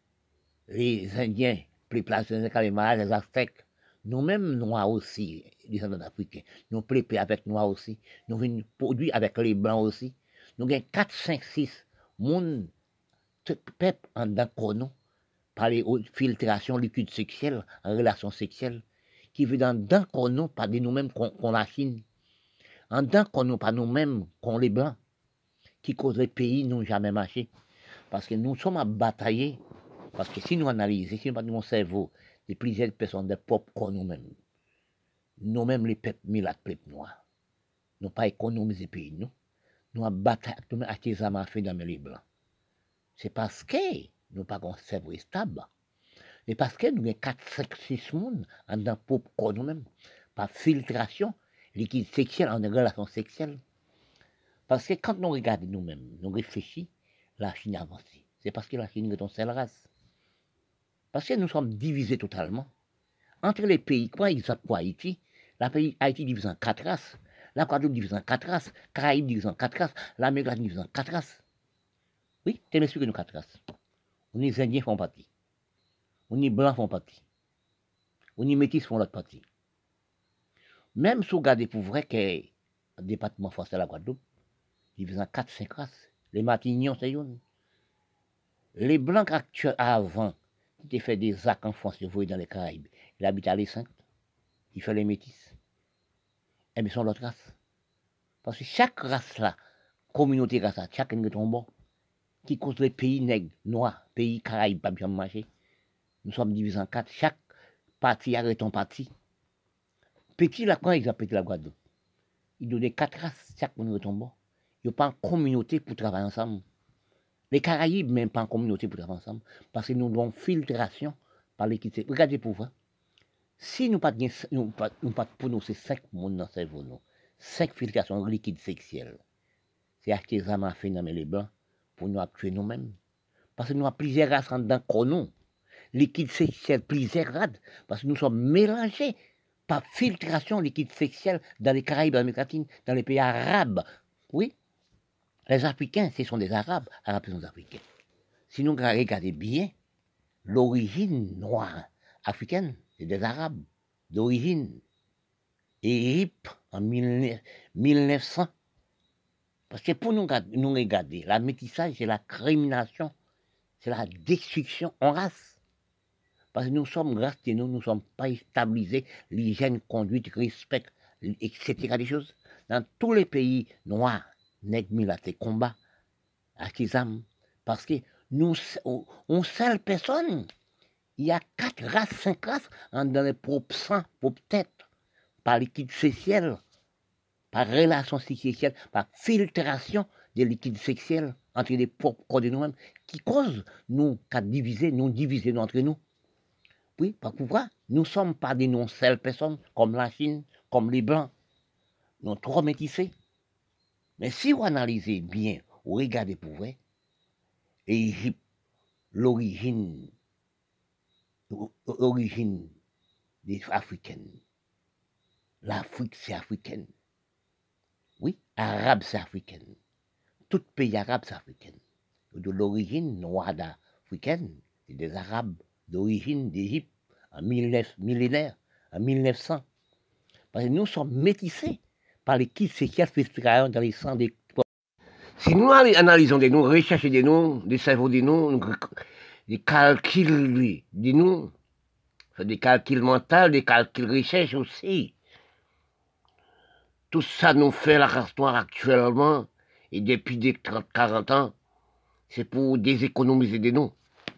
les Indiens, plaît place les Incas, les Mayas, les Aztèques. Nous-mêmes, Noirs aussi, les descendants africains, nous plaît avec Noirs aussi. Nous venons produire avec les Blancs aussi. Nous avons quatre, cinq, six monde, peuple en dedans par les filtrations liquides sexuelles, en relation sexuelle, qui veut dans d'un qu'on pas de nous-mêmes qu'on la Chine, en d'un qu'on pas nous-mêmes qu'on les Blancs, qui cause les pays n'ont jamais marché. Parce que nous sommes à batailler, parce que si nous analysons, si nous pas mon cerveau, de plusieurs personnes de propres qu'on nous-mêmes, nous-mêmes les peuples mulâtres, les peuples noirs, nous pas économisé pays, nous, nous avons bataillé à tes armes à faire dans les Blancs. C'est parce que nous pas un cerveau stable. Et parce que nous avons quatre, cinq, six personnes dans propre corps nous-mêmes, par filtration, liquide sexuel en relation sexuelle. Parce que quand nous regardons nous-mêmes, nous réfléchissons, la Chine avance. C'est parce que la Chine est une seule race. Parce que nous sommes divisés totalement. Entre les pays, par exemple pour Haïti, la pays Haïti divise en quatre races, la Guadeloupe divise en quatre races, Caraïbes divise en quatre races, l'Amérique latine divise en quatre races. Oui, c'est sûr que nous quatre races. On les Indiens font partie. On les Blancs font partie. On les Métis font l'autre partie. Même si vous regardez pour vrai que le département français de la Guadeloupe, divise en quatre, cinq races. Les Martignons, c'est une. Les Blancs actuels avant, qui fait des actes en France, vous voyez dans les Caraïbes, ils habitent à l'Essainte, ils font les Métis. Et bien, ils sont l'autre race. Parce que chaque race là, communauté race, chaque est tombant, qui cause les pays nègres, noirs, pays Caraïbes, pas bien marché. Nous sommes divisés en quatre. Chaque parti arrête un parti. Petit là, quand ils appellent la Guadeloupe, ils donnent quatre races, chaque monde retombe. Ils n'ont pas en communauté pour travailler ensemble. Les Caraïbes, même pas en communauté pour travailler ensemble. Parce que nous avons filtration par l'équité. Regardez pour vous. Si nous pas nous pas nous pas pour nous c'est cinq monde dans le cerveau nous. Cinq filtrations liquides sexuelles. C'est acheter des armes à faire dans les blancs pour nous tuer nous-mêmes. Parce que nous avons plusieurs races en dedans que nous. Liquide sexuel, plusieurs races. Parce que nous sommes mélangés par filtration liquide sexuel dans les Caraïbes, dans l'Amérique latine, dans les pays arabes. Oui. Les Africains, ce sont des Arabes. Arabes sont des Africains. Si nous regardons bien, l'origine noire africaine, c'est des Arabes d'origine. Égypte en mille neuf cents. Parce que pour nous, nous regarder, la métissage, c'est la crimination, c'est la destruction en race. Parce que nous sommes, grâce à nous, nous ne sommes pas stabilisés, l'hygiène, conduite, respect, et cetera des choses. Dans tous les pays noirs, nègres, mulâtres, combat à ces âmes. Parce que nous, on seule personne, il y a quatre races, cinq races dans les propres sangs, propres têtes, par liquide sexuel, par relation sexuelle, par filtration des liquides sexuels entre les propres corps de nous-mêmes, qui cause nous, qu'à diviser, nous diviser entre nous. Oui, par pourquoi nous ne sommes pas des non-seules personnes, comme la Chine, comme les Blancs. Nous sommes trop métissés. Mais si vous analysez bien, vous regardez pour vrai, l'Égypte, l'origine, l'origine des Africaines. L'Afrique, c'est africaine. Oui, arabe, c'est africaine. Tout pays arabe, c'est africaine. De l'origine noire africaine, c'est des Arabes d'origine d'Égypte, en mille millénaire, en mille neuf cents. Parce que nous sommes métissés par les kits séquelles dans les sangs des... Si nous analysons des noms, recherchons des noms, des cerveaux des noms, des calculs des noms, des calculs mentaux, des calculs recherche aussi. Tout ça nous fait la race noire actuellement, et depuis des trente à quarante ans, c'est pour déséconomiser des noms.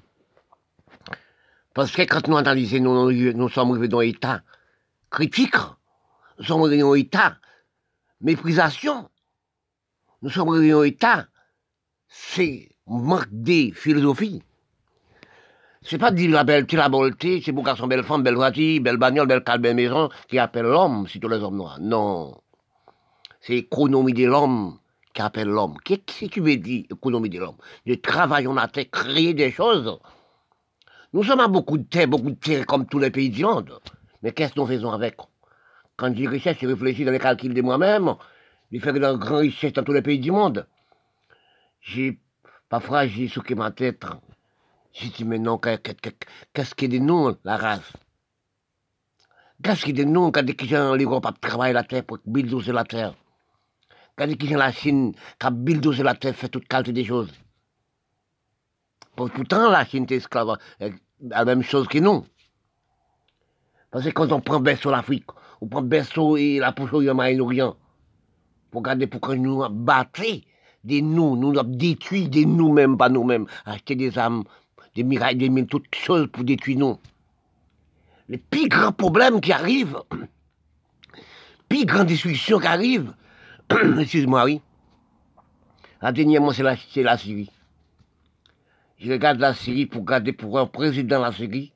Parce que quand nous analysons, nous, nous sommes arrivés dans un état critique, nous sommes arrivés dans un état méprisation, nous sommes arrivés dans un état, c'est manque de philosophie. C'est pas dire la belleté, la beauté, c'est pour garçon, belle femme, belle voiture, belle bagnole, belle calme, belle maison, qui appelle l'homme, si tous les hommes noirs. Non. C'est l'économie de l'homme qui appelle l'homme. Qu'est-ce que tu veux dire, économie de l'homme? De travail, on a fait créer des choses. Nous sommes à beaucoup de terre, beaucoup de terre comme tous les pays du monde. Mais qu'est-ce que nous faisons avec? Quand je recherche, je réfléchis dans les calculs de moi-même, je fais de grandes richesses dans tous les pays du monde. J'ai, parfois, j'ai souqué ma tête. J'ai dit, mais non, qu'est-ce qu'il y a de nous, la race? Qu'est-ce qu'il y a de nous, quand les gens, l'Europe, travaillent la terre pour bulldozer la terre? Quand les gens, la Chine, qui bulldozer la terre, fait toute qualité des choses. Pourtant, la Chine est esclave, la même chose que nous. Parce que quand on prend berceau l'Afrique, on prend berceau et la poche au Moyen-Orient, pour regarder pourquoi nous avons battu des nous, nous avons détruit des nous-mêmes, pas nous-mêmes, acheter des armes, des mirailles, des mines, toutes choses pour détruire nous. Le plus grand problème qui arrive, le plus grande destruction qui arrive, excuse-moi, oui, la dernière, c'est la, la Syrie. Je regarde la Syrie pour garder pour un président de la Syrie,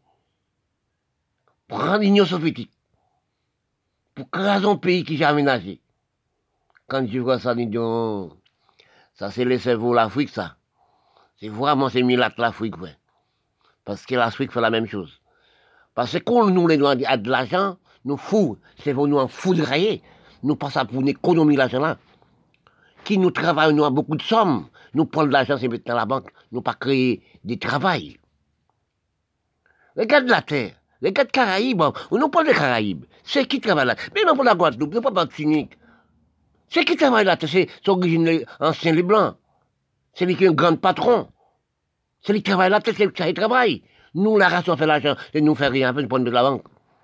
prendre l'Union soviétique, pour créer un pays qui j'ai aménagé. Quand je vois ça, je dis, oh, ça c'est le cerveau de l'Afrique, ça. C'est vraiment, c'est Milat l'Afrique, ouais. Parce que l'Afrique fait la même chose. Parce que quand nous, les Noirs, a de l'argent, nous fous, c'est pour nous en foudroyer. Nous passons pour une économie l'argent là. Qui nous travaille, nous avons beaucoup de sommes. Nous prenons de l'argent, c'est mettre dans la banque. Nous pas créer des travails. Regarde la terre. Regarde les Caraïbes. On nous parle des Caraïbes. C'est qui travaille là? Mais non pour la Guadeloupe, non pas Martinique. C'est qui travaille là? C'est d'origine ancien les Blancs. C'est lui qui est un grand patron. C'est lui qui travaille là, c'est lui qui travaille. Nous, la race, on fait l'argent, et nous fait rien, on prend de la banque.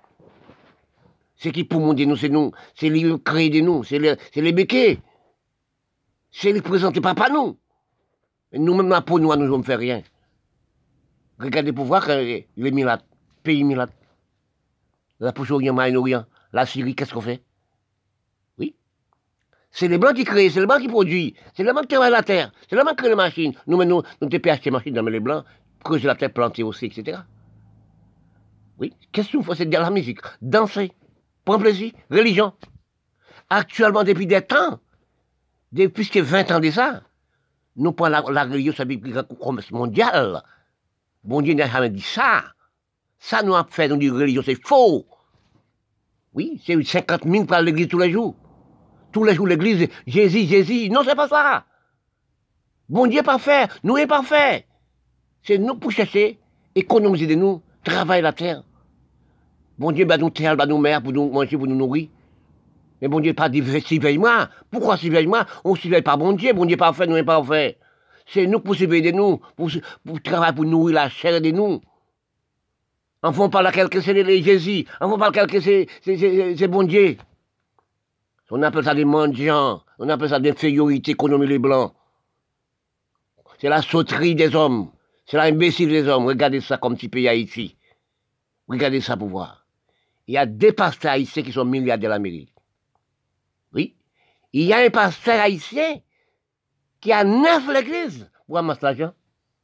C'est qui pour monter nous, c'est nous. C'est lui qui crée de nous, c'est les, les béquets. C'est lui qui présente pas nous. Et nous-mêmes, la peau noire, nous ne fait rien. Regardez pour voir que les Milat, pays Milat, la Proche-Orient, Moyen-Orient, la Syrie, qu'est-ce qu'on fait? Oui. C'est les Blancs qui créent, c'est les Blancs qui produisent, c'est les Blancs qui travaillent la terre, c'est les Blancs qui créent les machines. Nous, nous, nous, nous, acheter des machines dans les Blancs, creuser la terre, planter aussi, et cetera. Oui. Qu'est-ce que nous faisons? C'est de la musique, danser, prendre plaisir, religion. Actuellement, depuis des temps, depuis que vingt ans de ça, nous prenons la, la religion, ça veut dire le commerce mondial. Bon Dieu n'a jamais dit ça. Ça nous a fait, nous dit religion, c'est faux. Oui, c'est cinquante mille pour l'église tous les jours. Tous les jours, l'église, Jésus, Jésus. Non, c'est pas ça. Bon Dieu pas fait, nous est pas fait. C'est nous pour chercher, économiser de nous, travailler la terre. Bon Dieu, bah nous terre, bah nous mère, pour nous manger, pour nous nourrir. Mais bon Dieu pas dit, surveille-moi. Pourquoi surveille-moi? On ne surveille pas bon Dieu, bon Dieu pas fait, nous n'est pas fait. C'est nous pour surveiller de nous, pour, pour travailler, pour nourrir la chair de nous. Enfant par laquelle c'est les Jésus, enfant par laquelle c'est bon Dieu. On appelle ça des mendiants, on appelle ça des infériorités économiques les blancs. C'est la sauterie des hommes, c'est l'imbécile des hommes. Regardez ça comme petit pays Haïti. Regardez ça pour voir. Il y a des pasteurs haïtiens qui sont milliardaires de l'Amérique. Oui. Il y a un pasteur haïtien qui a neuf l'église pour amasser l'argent.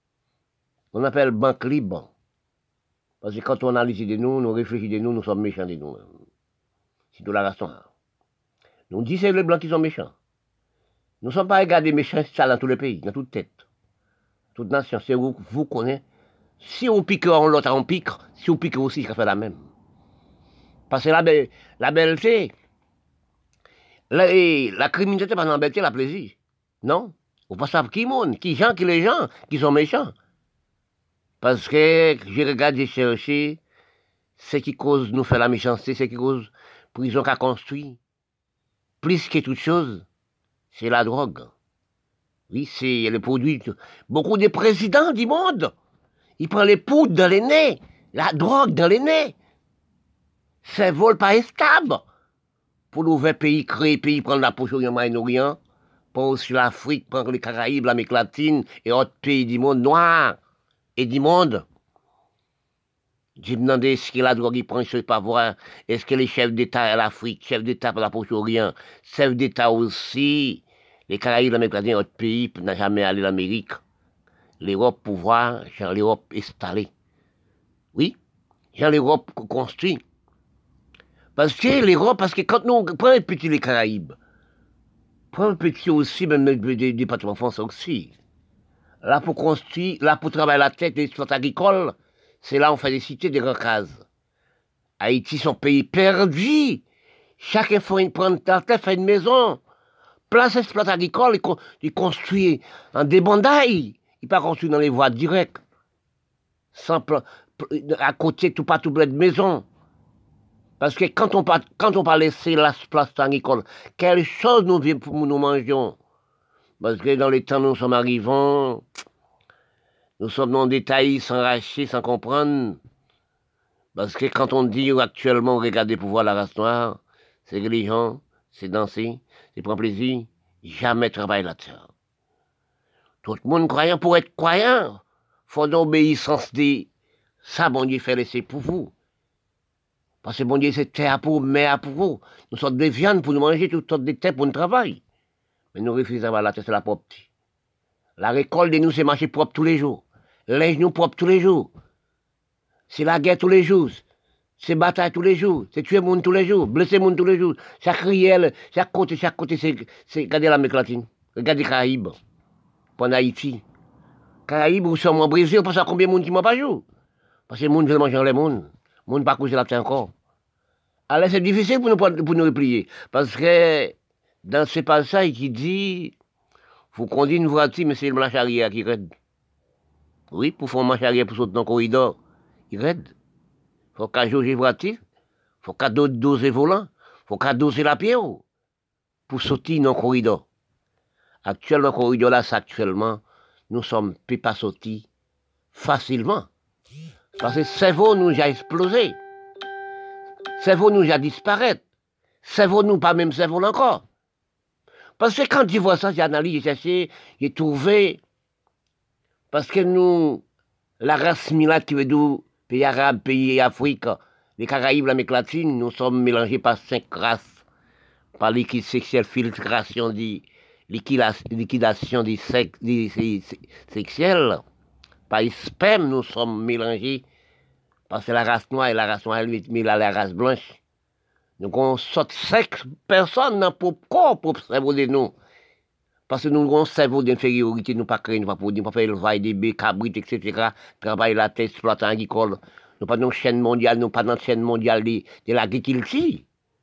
On appelle banque libre. Parce que quand on analyse de nous, nous réfléchissons de nous, nous sommes méchants de nous. C'est de la raison. Nous disons c'est les blancs qui sont méchants. Nous ne sommes pas regardés méchants, ça dans tous les pays, dans toute tête. Toute nation, c'est vous, vous connaissez. Si on pique en l'autre, on pique. Si on pique aussi, ça fait la même. Parce que la, be la belleté, la, la criminalité, pas la belleté, la plaisir. Non? On ne sait pas qui monde, qui gens, qui les gens, qui sont méchants. Parce que je regarde, j'ai cherché, c'est qui cause nous faire la méchanceté, c'est qui cause prison qu'a construit. Plus que toute chose, c'est la drogue. Oui, c'est le produit. Beaucoup de présidents du monde, ils prennent les poudres dans les nez, la drogue dans les nez. C'est vol pas stable. Pour l'ouvrir pays, créer pays, prendre la poche au Moyen-Orient, prendre aussi l'Afrique, prendre les Caraïbes, l'Amérique latine et autres pays du monde noir et du monde. J'ai demandé est-ce que la drogue il prend, je ne sais pas voir. Est-ce que les chefs d'État à l'Afrique, chefs d'État pour la Proche-Orient, chefs d'État aussi, les Caraïbes, l'Amérique latine et autres pays, n'a jamais allé à l'Amérique. L'Europe pour voir, genre l'Europe installée. Oui, genre l'Europe construit. Parce que l'Europe, parce que quand nous prenons un petit les Caraïbes, prenons un petit aussi, même le département français aussi. Là pour construire, là pour travailler la tête des exploits agricoles, c'est là on fait des cités, des grandes cases. Haïti, son pays perdu. Chacun faut prendre ta tête, fait une maison. Place exploit agricole, il, il construit en débandaille. Il pas construit dans les voies directes. Sans plan, à côté, tout pas tout plein de maisons. Parce que quand on pas, quand on pas laisser la place agricole, quelle chose nous vient pour nous mangeons. Parce que dans les temps nous sommes arrivants, nous sommes dans des taillis sans racher, sans comprendre. Parce que quand on dit actuellement, regardez pour voir la race noire, c'est religion, c'est danser, c'est prendre plaisir, jamais travailler là-dedans. Tout le monde croyant, pour être croyant, faut d'obéissance de ça, bon Dieu fait laisser pour vous. Parce que bon Dieu, c'est terre pour, mer pour vous. Nous sommes des viandes pour nous manger, toutes sortes de terres pour nous travailler. Mais nous refusons d'avoir la terre, c'est la propre. La récolte de nous, c'est marcher propre tous les jours. Linge nous propre tous les jours. C'est la guerre tous les jours. C'est bataille tous les jours. C'est tuer monde tous les jours. Blesser monde tous les jours. Chaque riel, chaque côté, chaque côté, c'est, c'est, regardez l'Amérique latine. Regardez les Caraïbes. Pour Haïti. Caraïbes, où sommes en Brésil, on pense à combien de monde qui m'a pas joué. Parce que le monde veut manger les monde. Le monde pas coucher la terre encore. Alors c'est difficile pour nous, pour nous replier. Parce que dans ce passage qui dit, faut conduire une voiture, mais c'est le marche arrière qui raide. Oui, pour faire un marche arrière pour sauter dans le corridor, il raide. Faut qu'à jauger voiture, faut qu'à doser volant, faut qu'à doser la pierre pour sauter dans le corridor. Actuellement, le corridor là, c'est actuellement, nous sommes pas sortis facilement. Parce que le cerveau nous a explosé. Le cerveau nous a disparu. Le cerveau nous, pas même cerveau encore. Parce que quand tu vois ça, j'ai analysé, j'ai cherché, j'ai trouvé, parce que nous, la race milate qui veut dire pays arabe, pays Afrique, les Caraïbes, l'Amérique latine, nous sommes mélangés par cinq races, par liquide sexuel, filtration, des liquidation des sex, sexuels, par sperme, nous sommes mélangés, parce que la race noire et la race noire, mais la race blanche. Donc on saute cinq personnes dans le corps pour cerveau de nous. Parce que nous avons un cerveau d'infériorité, nous ne pouvons pas créer, nous ne pouvons pas faire élevage des baies, cabrites, et cetera. Travailler la terre, exploiter agricole. Nous pas dans une chaîne mondiale, nous pas dans une chaîne mondiale de, de l'agriculture.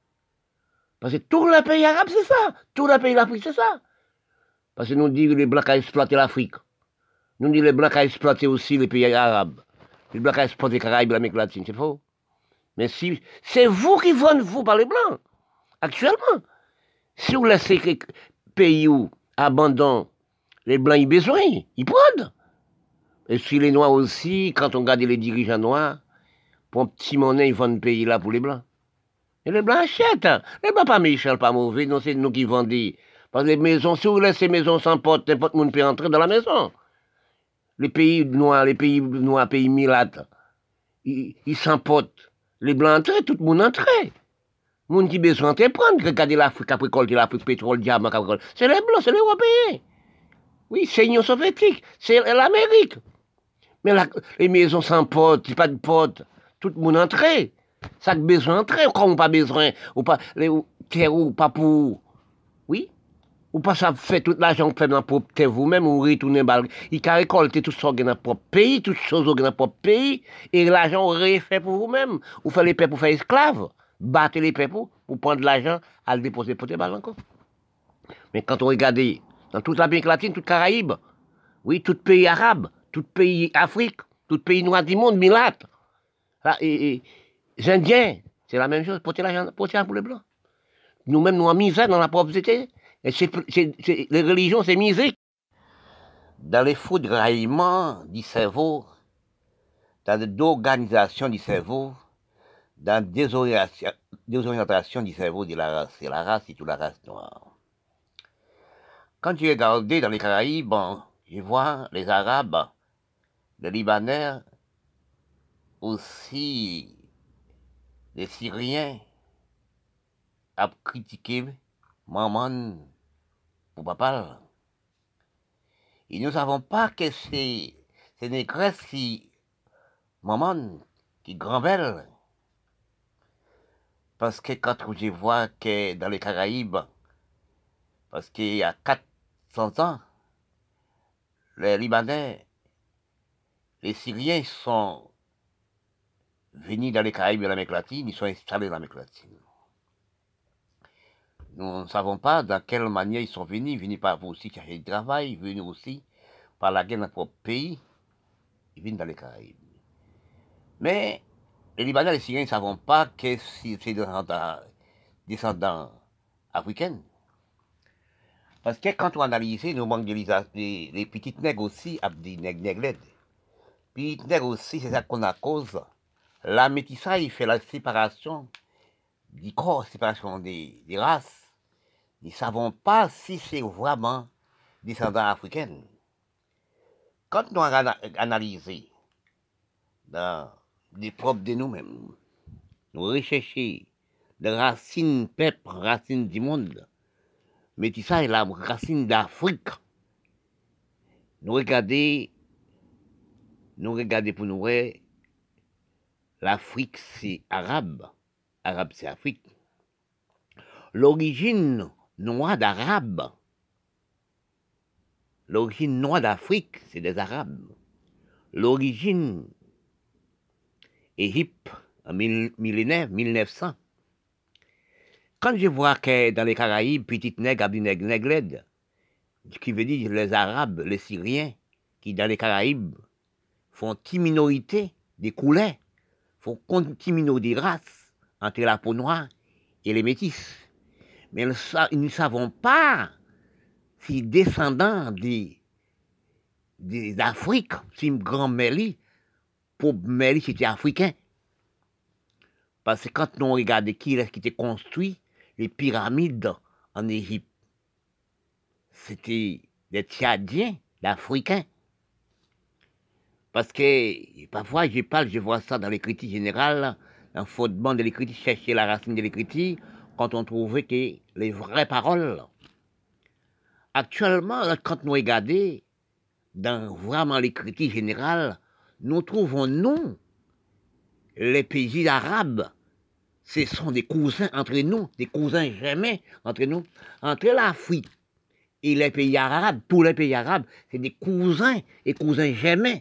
Parce que tous les pays arabes, c'est ça. Tous les pays d'Afrique, c'est ça. Parce que nous disons que les Blancs ont exploité l'Afrique. Nous disons que les Blancs ont exploité aussi les pays arabes. Les Blancs ont exploité les Caraïbes, l'Amérique latine, c'est faux. Mais si, c'est vous qui vendez, vous, par les Blancs, actuellement. Si vous laissez les pays où abandonnent, les Blancs, ils ont besoin, ils prennent. Et si les Noirs aussi, quand on regarde les dirigeants noirs, pour un petit monnaie, ils vendent le pays là pour les Blancs. Et les Blancs achètent. Les Blancs pas méchants, pas mauvais, non, c'est nous qui vendons. Parce que les maisons, si vous laissez les maisons sans porte, n'importe qui peut entrer dans la maison. Les pays noirs, les pays noirs, pays milates, ils, ils s'emportent. Les Blancs entraient, tout le monde entrait. Le monde qui a besoin de prendre, regardez l'Afrique, Capricorne, l'Afrique, pétrole, diamant, Capricorne. C'est les Blancs, c'est les Européens. Oui, c'est l'Union soviétique, c'est l'Amérique. Mais la, les maisons sans porte, pas de porte, tout le monde entrait. Ça a besoin d'entrer, ou quand on pas besoin, ou pas, les terres ou pas pour. Oui? Ou pas ça fait toute l'argent que fait dans propre terre vous-même, ou retourner balle. Il a récolté tout ça dans notre propre pays, toutes choses dans notre propre pays, et l'argent aurait fait pour vous-même. Ou fait les peuples pour faire esclaves, battre les peuples pour prendre l'argent à le déposer pour tes balles encore. Mais quand on regarde dans toute l'Amérique latine, toute Caraïbes, oui, tout pays arabe, tout pays Afrique, tout pays noir du monde, milate. Là, et, et, Indiens, c'est la même chose, porter l'argent pour les Blancs. Nous-mêmes, nous en misère dans la pauvreté. Et c'est, c'est, c'est, les religions, c'est misère. Dans les faux déraillements du cerveau, dans l'organisation du cerveau, dans la désorientation, désorientation du cerveau de la race, c'est la race et toute la race noire. Quand j'ai regardé dans les Caraïbes, je vois les Arabes, les Libanais, aussi les Syriens, à critiquer maman pour papa. Et nous ne savons pas que c'est ces négresses qui, maman, qui grand-belle. Parce que quand je vois que dans les Caraïbes, parce qu'il y a quatre cents ans, les Libanais, les Syriens sont venus dans les Caraïbes et l'Amérique latine, ils sont installés dans l'Amérique latine. Nous ne savons pas dans quelle manière ils sont venus, venus par vous aussi chercher du travail, venus aussi par la guerre dans notre propre pays, ils viennent dans les Caraïbes. Mais les Libanais et les Syriens ne savent pas que c'est des descendants, descendants africains. Parce que quand on analyse nos manques de les, les petites nègres aussi, des nègres nègres, petites nègres aussi, c'est ça qu'on a cause. La métissage, il fait la séparation du corps, la séparation des, des races. Ils ne savent pas si c'est vraiment descendants africains. Quand nous avons analysé dans les propres de nous-mêmes, nous recherchons les racines peuple, racines du monde, métissage est la racine d'Afrique. Nous regardons, nous regardons pour nous voir, l'Afrique c'est arabe, arabe c'est Afrique. L'origine noire d'arabe, l'origine noire d'Afrique, c'est des Arabes. L'origine Égypte, en millénaire, mille neuf cents. Quand je vois que dans les Caraïbes, petite nègre, nègre, nègre, qui veut dire les Arabes, les Syriens, qui dans les Caraïbes font une minorité des couleurs, font une minorité des races entre la peau noire et les métis. Mais ils ne savent pas si descendants des, des Afriques, si grand Méli, pour Méli c'était africain. Parce que quand on regarde qui est-ce qui était construit, les pyramides en Égypte, c'était des Tchadiens, d'Africains. Parce que parfois je parle, je vois ça dans l'écriture générale, un fondement de l'écriture, chercher la racine de l'écriture, quand on trouvait que les vraies paroles. Actuellement, quand nous regardons dans vraiment l'écriture générale, nous trouvons nous, les pays arabes, ce sont des cousins entre nous, des cousins jamais entre nous, entre l'Afrique et les pays arabes, tous les pays arabes, c'est des cousins et cousins jamais.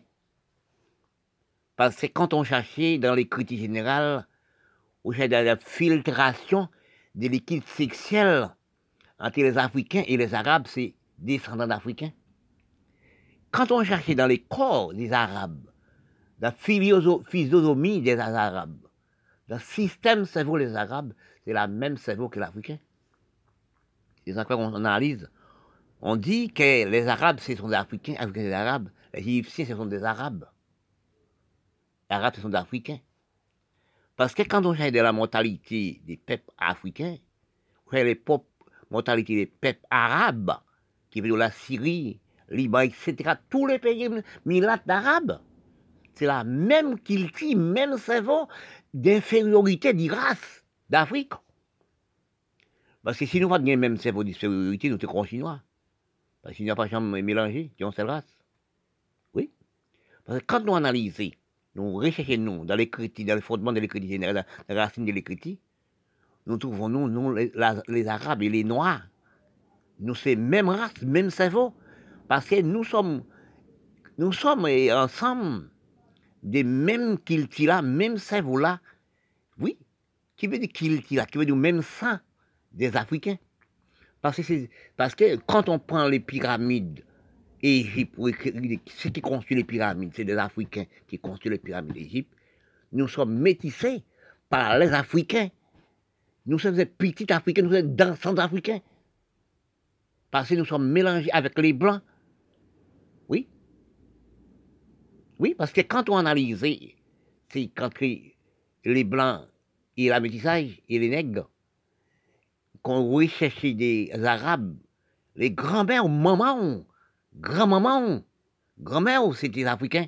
Parce que quand on cherchait dans l'écriture générale, on cherchait dans la filtration de liquide sexuel entre les Africains et les Arabes, c'est descendants d'Africains. Quand on cherchait dans les corps des Arabes, la physionomie des Arabes, le système cerveau des Arabes, c'est la même cerveau que l'Africain. C'est ça qu'on analyse. On dit que les Arabes, ce sont des Africains, Africains, des Arabes. Les Égyptiens, ce sont des Arabes. Les Arabes, ce sont des Africains. Parce que quand on cherche de la mortalité des peuples africains, on cherche les mortalité des peuples arabes, qui veulent la Syrie, Liban, et cetera, tous les pays milates d'Arabes, c'est la même culture, même cerveau d'infériorité des races d'Afrique. Parce que si nous avons le même cerveau d'infériorité, nous sommes chinois. Parce qu'il n'y a pas de chambre mélangée, qui ont cette race. Oui. Parce que quand nous analysons, nous recherchons nous, dans l'écriture, dans le fondement de l'écriture générale, dans la racine de l'écriture, nous trouvons nous, nous les, la, les Arabes et les Noirs, nous c'est même race, même cerveau. Parce que nous sommes, nous sommes ensemble des mêmes cultures-là, même cerveau-là. Oui. Qui veut dire culture, qui veut dire même sang des Africains. Parce que, c'est, parce que quand on prend les pyramides, Égypte, ceux qui construisent les pyramides, c'est des Africains qui construisent les pyramides d'Égypte, nous sommes métissés par les Africains. Nous sommes des petits Africains, nous sommes des dansants africains. Parce que nous sommes mélangés avec les Blancs. Oui. Oui, parce que quand on analyse, c'est quand les Blancs et la métissage et les nègres, qu'on recherchait des Arabes, les grands-mères, mamans, grand-mamans, grand-mères, c'était des Africains.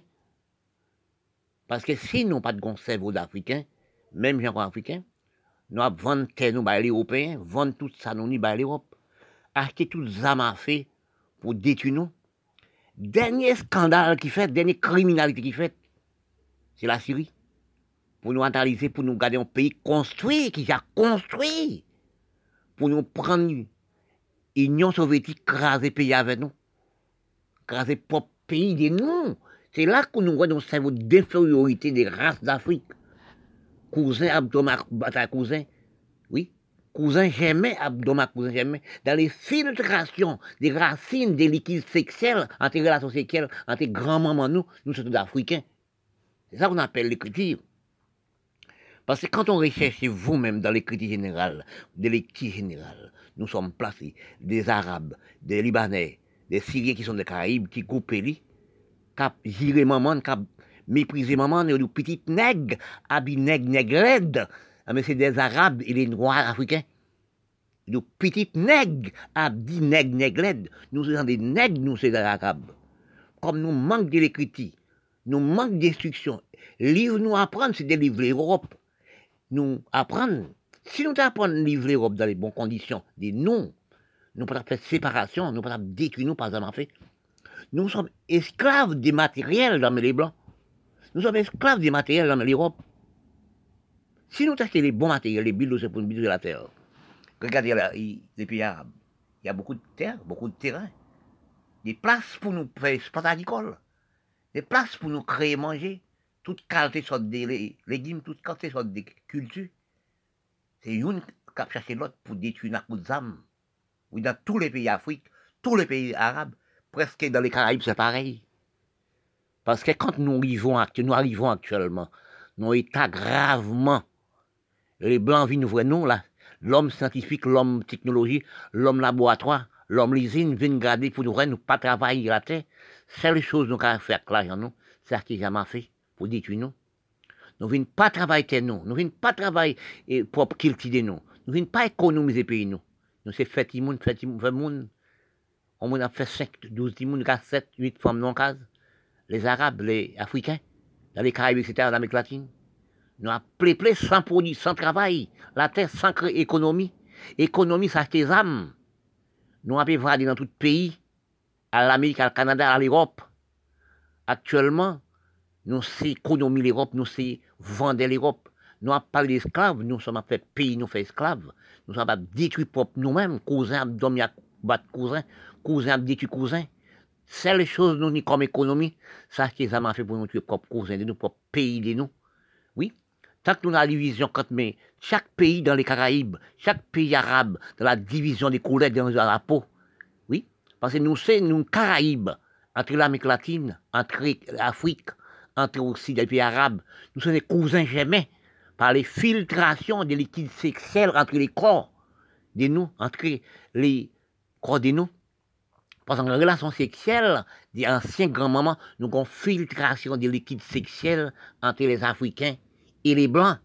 Parce que si nous n'avons pas de cerveau d'Africains, même gens africains, nous avons vendu terre nous par les Européens, vendre tout ça nous par l'Europe, acheter tout ça à fait pour détruire nous. Dernier scandale qui fait, dernière criminalité qui fait, c'est la Syrie. Pour nous analyser, pour nous garder un pays construit, qui a construit, pour nous prendre l'Union soviétique, craser pays avec nous, craser propre pays de nous. C'est là que nous voyons un cerveau d'infériorité des races d'Afrique. Cousin Abdoma bataille cousin, oui, cousin jamais Abdoma cousin jamais, dans les filtrations des racines des liquides sexuels entre les relations sexuelles entre grand-maman nous, nous sommes africains. C'est ça qu'on appelle l'écriture. Parce que quand on recherche vous-même dans l'écriture générale, de l'écriture générale, nous sommes placés des Arabes, des Libanais, des Syriens qui sont des Caraïbes, qui coupent les, qui girent maman, qui mépriser maman, et les petites nègres, habits nègres, nègres, mais c'est des Arabes et les Noirs africains. Les petites nègres, habits nègres, nègres, nous sommes des nègres, nous sommes des Arabes. Comme nous manquons de l'écriture, nous manquons d'instruction, livre nous apprendre, c'est des livres l'Europe. Nous apprendre, si nous apprenons livre l'Europe dans les bonnes conditions, des noms, nous ne pouvons pas faire séparation, nous ne pouvons pas détruire, nous, par exemple, fait. Nous sommes esclaves des matériels dans les Blancs. Nous sommes esclaves des matériels dans l'Europe. Si nous achetons les bons matériels, les billes, c'est pour nous de la terre. Regardez là, les pays arabes. Il y a beaucoup de terre, beaucoup de terrain. Des places pour nous faire espace agricole. Des places pour nous créer manger. Toute qualité sorte des légumes, toute qualité sorte des cultures. C'est une qui a cherché l'autre pour détruire la coup d'âme. Oui, dans tous les pays d'Afrique, tous les pays arabes, presque dans les Caraïbes, c'est pareil. Parce que quand nous arrivons, nous arrivons actuellement, nous états gravement, les Blancs viennent voir nous, là, l'homme scientifique, l'homme technologie, l'homme laboratoire, l'homme l'usine, viennent garder pour nous, nous pas travailler la terre. Seule chose nous avons fait avec l'argent, nous, c'est ce qu'ils ont fait pour détruire nous. Nous ne venons pas travailler nous, nous ne venons pas travailler pour cultiver nous, nous ne venons pas économiser pays nous. Nous c'est fait immun, fait immun, fait moun. On a fait cinq, douze immun, sept, huit femmes non cases. Les Arabes, les Africains, dans les Caraïbes, et cetera, dans l'Amérique latine, nous avons peuplé sans produit, sans travail, la terre sans économie. Économie, ça c'est des âmes. Nous avons évadé dans tout le pays, à l'Amérique, au Canada, à l'Europe. Actuellement, nous c'est économie l'Europe, nous c'est vendre l'Europe. Nous avons parlé d'esclaves, nous sommes fait pays, nous fait esclaves. Nous sommes détruits nous-mêmes, cousins, abdominaux, battre cousins, cousins, détruits cousins. C'est les choses nous ni comme économie, ça c'est ça m'a fait pour nous tuer propre cousins de nous, propre pays de nous. Oui. Tant que nous avons la division, quand mais chaque pays dans les Caraïbes, chaque pays arabe, dans la division des couleurs dans la peau. Oui. Parce que nous c'est nous Caraïbes, entre l'Amérique latine, entre l'Afrique, entre aussi les pays arabes, nous sommes des cousins jamais, par les filtrations des liquides sexuels entre les corps de nous, entre les corps de nous. Parce qu'en relation sexuelle, des anciens grands-mamans, nous avons filtration des liquides sexuels entre les Africains et les Blancs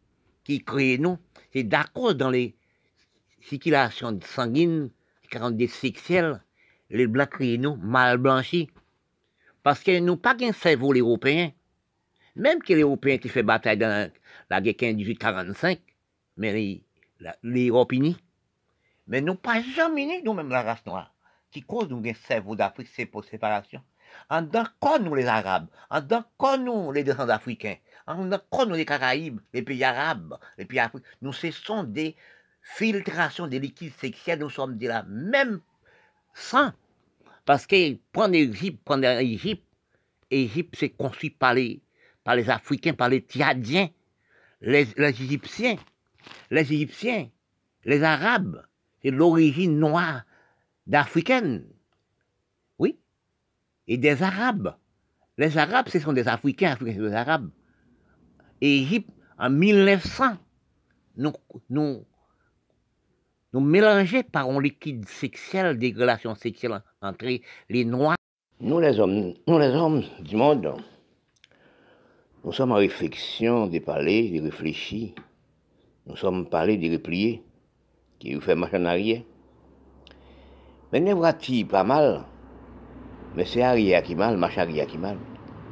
qui créent nous. C'est d'accord dans les circulations sanguines, des sexuelles, les Blancs créent nous mal blanchis. Parce que nous pas qu'un cerveau les Européens. Même que les Européens qui fait bataille dans la guerre dix-huit quarante-cinq, mais l'Europe unie. Mais nous pas jamais unis, nous-mêmes la race noire. Qui cause nous un cerveau d'Afrique, c'est pour séparation. En dedans, nous les Arabes, en dedans, nous les descendants africains, en dedans, nous les Caraïbes, les pays arabes, les pays africains, nous ce sont des filtrations des liquides sexuels, nous sommes de la même sang. Parce que prendre l'Égypte, prendre l'Égypte, l'Égypte c'est construit par les, par les Africains, par les Tchadiens, les, les Égyptiens, les Égyptiens, les Arabes, c'est l'origine noire d'Africaines, oui, et des Arabes. Les Arabes, ce sont des Africains, Africains, c'est des Arabes. Et Égypte, en mille neuf cents, nous, nous, nous mélangeons par un liquide sexuel des relations sexuelles entre les Noirs. Nous les hommes, nous les hommes du monde, nous sommes en réflexion, de parler, de réfléchir. Nous sommes parlés, de replier, qui nous fait marcher en arrière. Mais ne voit-il pas mal, mais c'est arrière qui mal, marche arrière qui mal.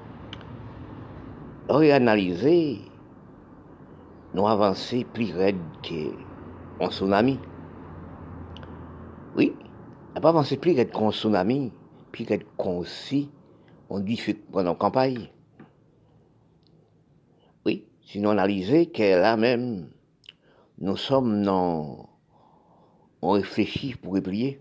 On a analysé, nous avancé plus raide qu'un tsunami. Oui, on n'a pas avancé plus raide qu'un tsunami, plus raide qu'on aussi, on dit pendant la campagne. Oui, si nous analysons que là même, nous sommes dans, on réfléchit pour replier.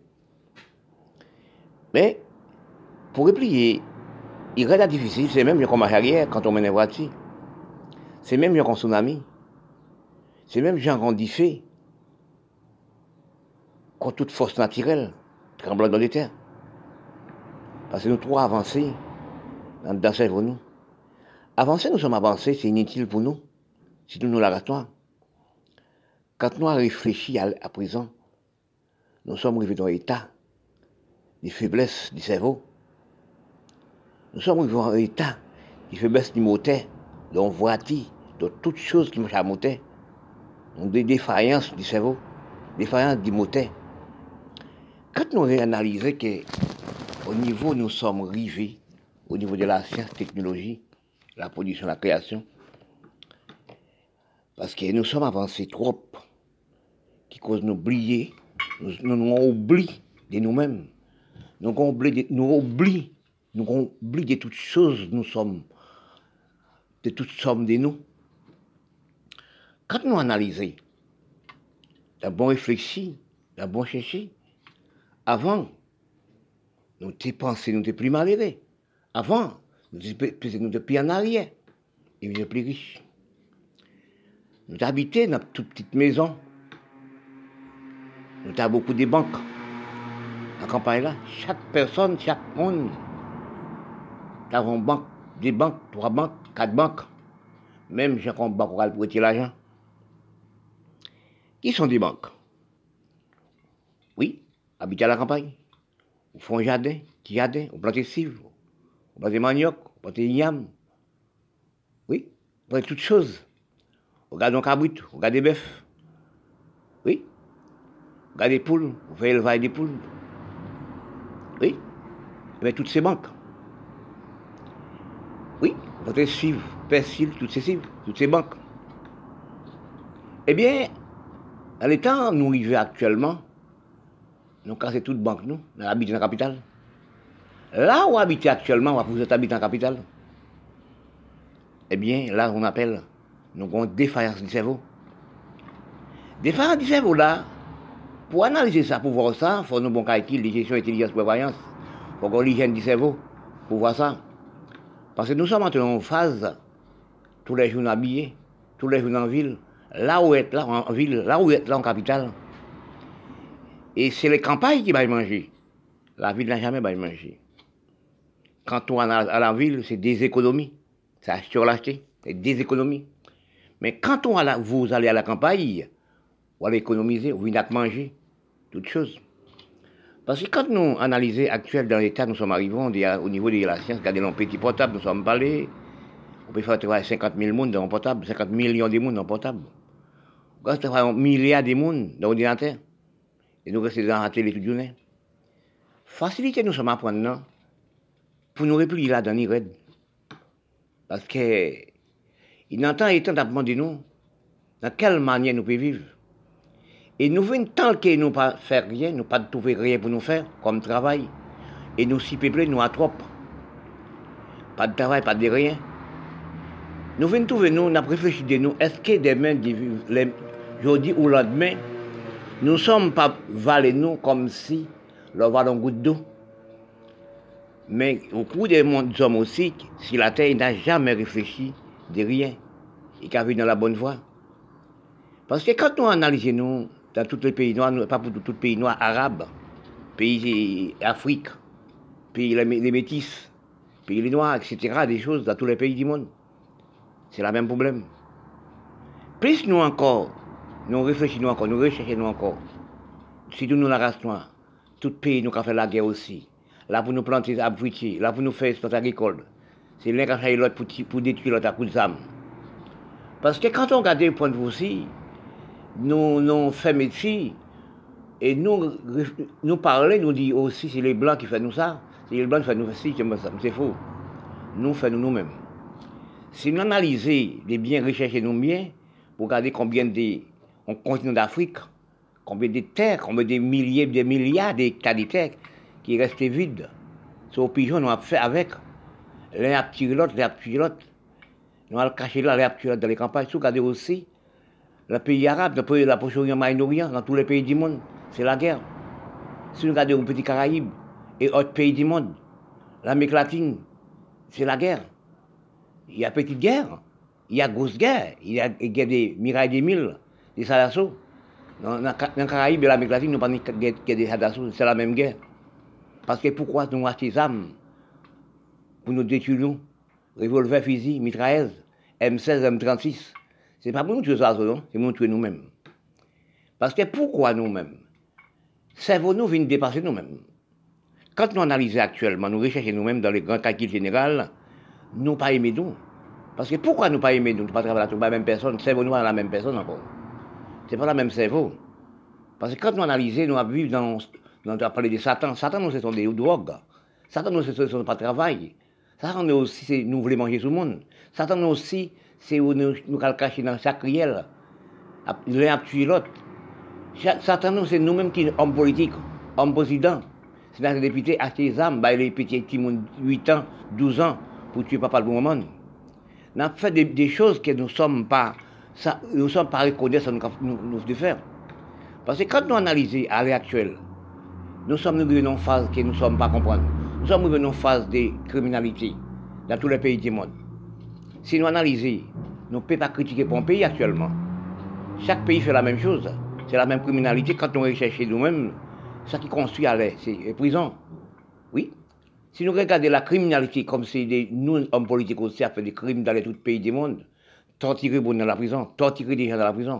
Mais, pour replier, il reste difficile, c'est même comme à arrière quand on mène une voiture. C'est même comme un tsunami. C'est même genre qu'on dit fait. Contre toute force naturelle, tremblement de terre. Parce que nous trop avancés dans, dans ce cerveau nous. Avancer, nous sommes avancés, c'est inutile pour nous. C'est tout nous laboratoire. Quand nous avons réfléchi à, à présent, nous sommes arrivés dans un état de faiblesse du cerveau. Nous sommes arrivés dans un état de faiblesse du moteur, de voiture, de toutes choses qui marchent à moteur. Donc des défaillances du cerveau, défaillances du moteur. Quand nous avons analysé qu'au niveau où nous sommes arrivés, au niveau de la science, technologie, la production, la création, parce que nous sommes avancés trop, qui cause nous oublier, nous, nous, nous oublions de nous-mêmes, nous oublions, nous oublions, nous oublions de toutes choses, nous sommes, de toutes sommes de nous. Quand nous analysons, d'abord réfléchir, d'abord chercher, avant, nous étions pensés, nous étions plus malheureux. Avant, nous étions plus en arrière, et nous étions plus riches. Nous habitons dans toute petite maison. Nous avons beaucoup de banques. La campagne là, chaque personne, chaque monde, nous avons une banque, deux banques, trois banques, quatre banques. Même chaque banque pour retirer l'argent. Qui sont des banques? Oui, habiter à la campagne. Au fond un jardin, petit jardin, on plante des cives, on plante des manioc, on plante des yams. Oui, on plante toutes choses. On regarde un cabrit, on regarde des bœufs. Oui. On regarde des poules, on fait élevage des poules. Oui. Mais toutes ces banques. Oui, on plante des cives, persil, toutes ces cives, toutes ces banques. Eh bien, dans les temps où nous vivons actuellement, nous cassons toutes les banques, nous, nous habitons dans la capitale. Là où on habite actuellement, vous êtes habitant en capitale, eh bien, là, on appelle, nous avons une défaillance du cerveau. Défaillance du cerveau, là, pour analyser ça, pour voir ça, il faut nous bon calcul, les gestions intelligence, prévoyance, il faut qu'on l'hygiène du cerveau, pour voir ça. Parce que nous sommes entrés en phase, tous les jours habillés, tous les jours en ville, là où est là, en ville, là où est là, en capitale. Et c'est les campagnes qui vont manger. La ville n'a jamais manger. Quand on va à la ville, c'est des économies. C'est acheter ou l'acheter, c'est des économies. Mais quand on la, vous allez à la campagne, vous allez économiser, vous venez à manger, toutes choses. Parce que quand nous analysons actuellement dans l'état, nous sommes arrivés au niveau de la science, regardez nos petits portables, nous sommes parlés, on peut faire travailler cinquante mille monde dans un portable, cinquante millions de monde dans un portable. On peut travailler un milliard de monde dans l'ordinateur. Et nous restons dans la télé toute journée. Facilité, nous sommes à prendre, non? Pour nous replier là dans l'I-R E D. Parce que, il n'entend et tant à demander nous, dans quelle manière nous pouvons vivre. Et nous venons tant que nous ne pas faire rien, nous pas trouver rien pour nous faire, comme travail. Et nous si peuplés, nous à trop. Pas de travail, pas de rien. Nous venons trouver, nous, nous réfléchi de nous, est-ce que demain, jeudi ou lendemain, nous ne sommes pas valés, nous, comme si l'on valait un goutte d'eau. Mais au cours des hommes aussi, si la terre n'a jamais réfléchi de rien, et qu'a vu dans la bonne voie. Parce que quand nous analysons, nous, dans tous les pays noirs, pas pour tous les pays noirs, arabes, pays Afrique, pays les métis, pays les noirs, et cetera, des choses dans tous les pays du monde, c'est le même problème. plus nous encore, nous réfléchissons encore, nous recherchons encore, si nous la race noire, tout pays nous a fait la guerre aussi. Là pour nous planter des arbres fruitiers, là pour nous faire espace agricole. C'est l'un qui a fait l'autre pour, pour détruire l'autre à coup d'âme. Parce que quand on regarde le point de vue aussi, nous, nous faisons médecine, et nous, nous parler, nous dit aussi c'est les Blancs qui font nous ça, c'est les Blancs qui font nous ça, c'est faux. Nous faisons nous-mêmes. Si nous analysons les biens, rechercher nos biens, pour regarder combien de on continent d'Afrique, combien de terres, combien de milliers, de milliards d'hectares de terres qui restent vides. C'est aux pigeons nous avons fait avec. L'un a tiré l'autre, l'un a tiré l'autre. Nous avons caché là, l'un a tiré l'autre dans les campagnes. Si regardez aussi, le pays arabe, le pays de la Proche-Orient, Moyen-Orient, dans tous les pays du monde, c'est la guerre. Si nous regardons les petits Caraïbes et autres pays du monde, l'Amérique latine, c'est la guerre. Il y a petite guerre, il y a grosse guerre, il y a, il y a des mirailles des mille, des Sadasso. Dans les Caraïbes et l'Amérique latine, nous parlons de des Sadasso, c'est la même guerre. Parce que pourquoi nous achetons des armes pour nous détruire nous? Revolver, fusil, mitrailleuse, M seize, M trente-six. C'est pas pour nous tuer ça, non? C'est pour nous tuer nous-mêmes. Parce que pourquoi nous-mêmes? Cerveau nous vient dépasser nous-mêmes. Quand nous analysons actuellement, nous recherchons nous-mêmes dans les grands calculs généraux, nous pas aimer nous. Parce que pourquoi nous pas aimer nous? Nous pas travailler avec la même personne, cerveau nous pas la même personne encore. C'est pas la même cerveau. Parce que quand nous analysons, nous vivons dans, dans, on a parlé de Satan. Satan nous ce sont des drogues. Satan nous ce sont pas de travail. Satan nous aussi c'est nous voulons manger tout le monde. Satan nous aussi c'est où nous nous cacher dans chaque riel. L'un a tué l'autre. Satan nous c'est nous-mêmes qui hommes politiques, hommes présidents. C'est dans les députés acheter des armes, bah les petits qui ont huit ans, douze ans pour tuer papa le bon moment. On a fait des, des choses que nous ne sommes pas, ça, nous sommes pas reconnus, ça nous, nous, nous de faire. Parce que quand nous analysons à l'heure actuelle, nous sommes arrivés dans une phase que nous ne sommes pas comprendre. Nous sommes arrivés dans une phase de criminalité dans tous les pays du monde. Si nous analysons, nous ne pouvons pas critiquer pour un pays actuellement. Chaque pays fait la même chose. C'est la même criminalité. Quand on recherche nous-mêmes, ce qui construit à l'air, c'est la prison. Oui. Si nous regardons la criminalité comme c'est des nous, hommes politiques aussi, à faire des crimes dans les tout pays du monde, torturer dans la prison, torturer des gens dans la prison.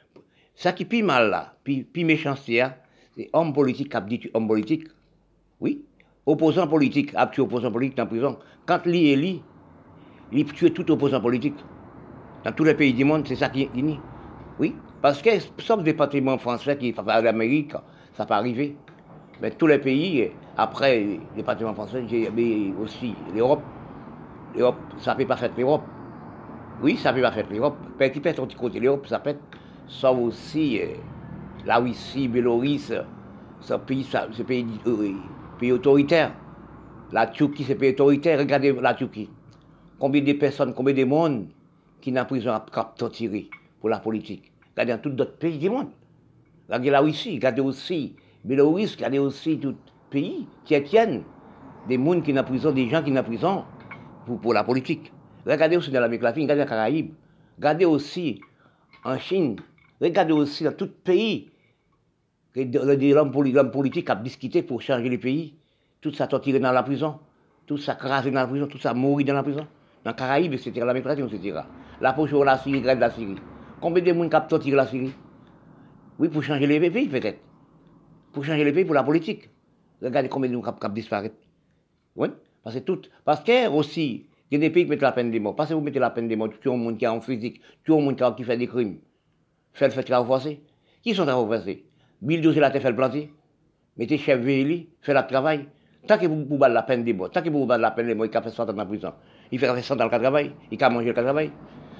Ça qui est plus mal là, plus, plus méchant c'est, c'est hommes politiques qui ont dit hommes politiques. Oui. Opposants politiques, a tué opposants politiques dans la prison. Quand lui et lui, il tue tout opposant politique. Dans tous les pays du monde, c'est ça qui est fini. Oui. Parce que, sauf des patrimoines français qui font à l'Amérique, ça peut arriver. Mais tous les pays, après les départements français, j'ai aussi l'Europe. L'Europe, ça ne peut pas faire l'Europe. Oui, ça ne peut pas faire l'Europe. Petit peu, petit côté l'Europe, ça peut être. Sauf aussi euh, la Russie, Bélorusse, ce pays, ce pays, euh, pays autoritaire. La Turquie, c'est pays autoritaire. Regardez la Turquie. Combien de personnes, combien de monde qui n'a prison à torturer pour la politique. Regardez dans tous d'autres pays du monde. Regardez la Russie, regardez aussi Bélorusse, regardez aussi tout pays qui tiennent des gens qui sont en prison, des gens qui sont en prison pour, pour la politique. Regardez aussi dans l'Amérique latine, regardez les Caraïbes, regardez aussi en Chine, regardez aussi dans tout pays que l'homme politique a discuté pour changer les pays. Tout ça torturé dans la prison, tout ça crasé dans la prison, tout ça mourir dans la prison. Dans les Caraïbes, et cetera, l'Amérique latine, et cetera. La poche la Syrie, grève de la Syrie. Combien de gens qui ont torturé la Syrie? Oui, pour changer les pays, peut-être. Pour changer les pays, pour la politique. Regardez combien de gens qui ont disparu. Oui, parce que tout. Parce que aussi, il y a des pays qui mettent la peine de mort. Parce que vous mettez la peine de mort, tout le monde qui est en physique, tout le monde qui fait des crimes. Fait le fait travail forcé. Qui sont travail forcé? Bill Dossier la fait le planter. Mettez chef Véli, fait le travail. Tant que vous vous la peine de mort, tant que vous vous la peine de mort, il a fait soixante ans dans la prison. Il fait cent ans dans le travail, il a mangé le travail.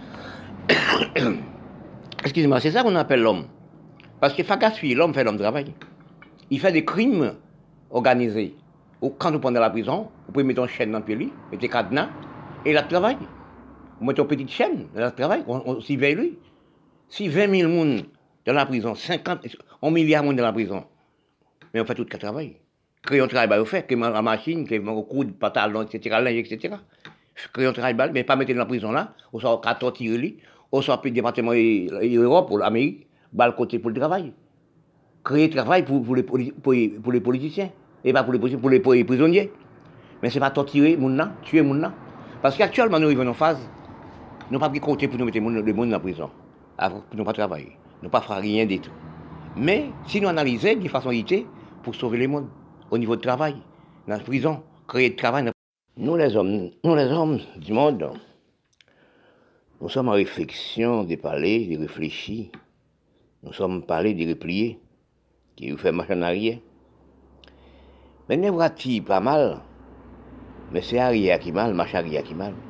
Excusez-moi, c'est ça qu'on appelle l'homme. Parce que Fagassi, l'homme fait l'homme travail. Il fait des crimes organisés. Ou quand vous prenez la prison, vous pouvez mettre une chaîne dans le pied, mettez cadenas, et il travaille. Vous mettez une petite chaîne, il travaille, on, on s'y veille lui. Si vingt mille personnes dans la prison, cinquante, un milliard de personnes dans la prison, mais on fait tout le travail. Créer un travail, on fait, créer la machine, créer un coup de pantalon, et cetera, linge, et cetera. Créer un travail, mais pas mettre dans la prison là, on soit qu'à torturer lui, on soit plus département Europe, pour l'Amérique, bas le côté pour le travail. Créer le travail pour, pour, les, pour, pour les politiciens, et pas pour les, pour les, pour les prisonniers. Mais ce n'est pas torturer les gens, tuer les gens. Parce qu'actuellement, nous vivons en phase, nous n'avons pas pris côté pour nous mettre les gens dans la prison. pour ne pas travailler, ne pas faire rien du tout. Mais si nous analysons de façon idée pour sauver le monde, au niveau du travail, dans la prison, créer du travail. Nous les hommes, nous les hommes du monde, nous sommes en réflexion de parler, de réfléchir. Nous sommes parlés de replier, qui nous fait marcher en arrière. Mais ne voit-il pas mal, mais c'est arrière qui mal, marche arrière qui mal.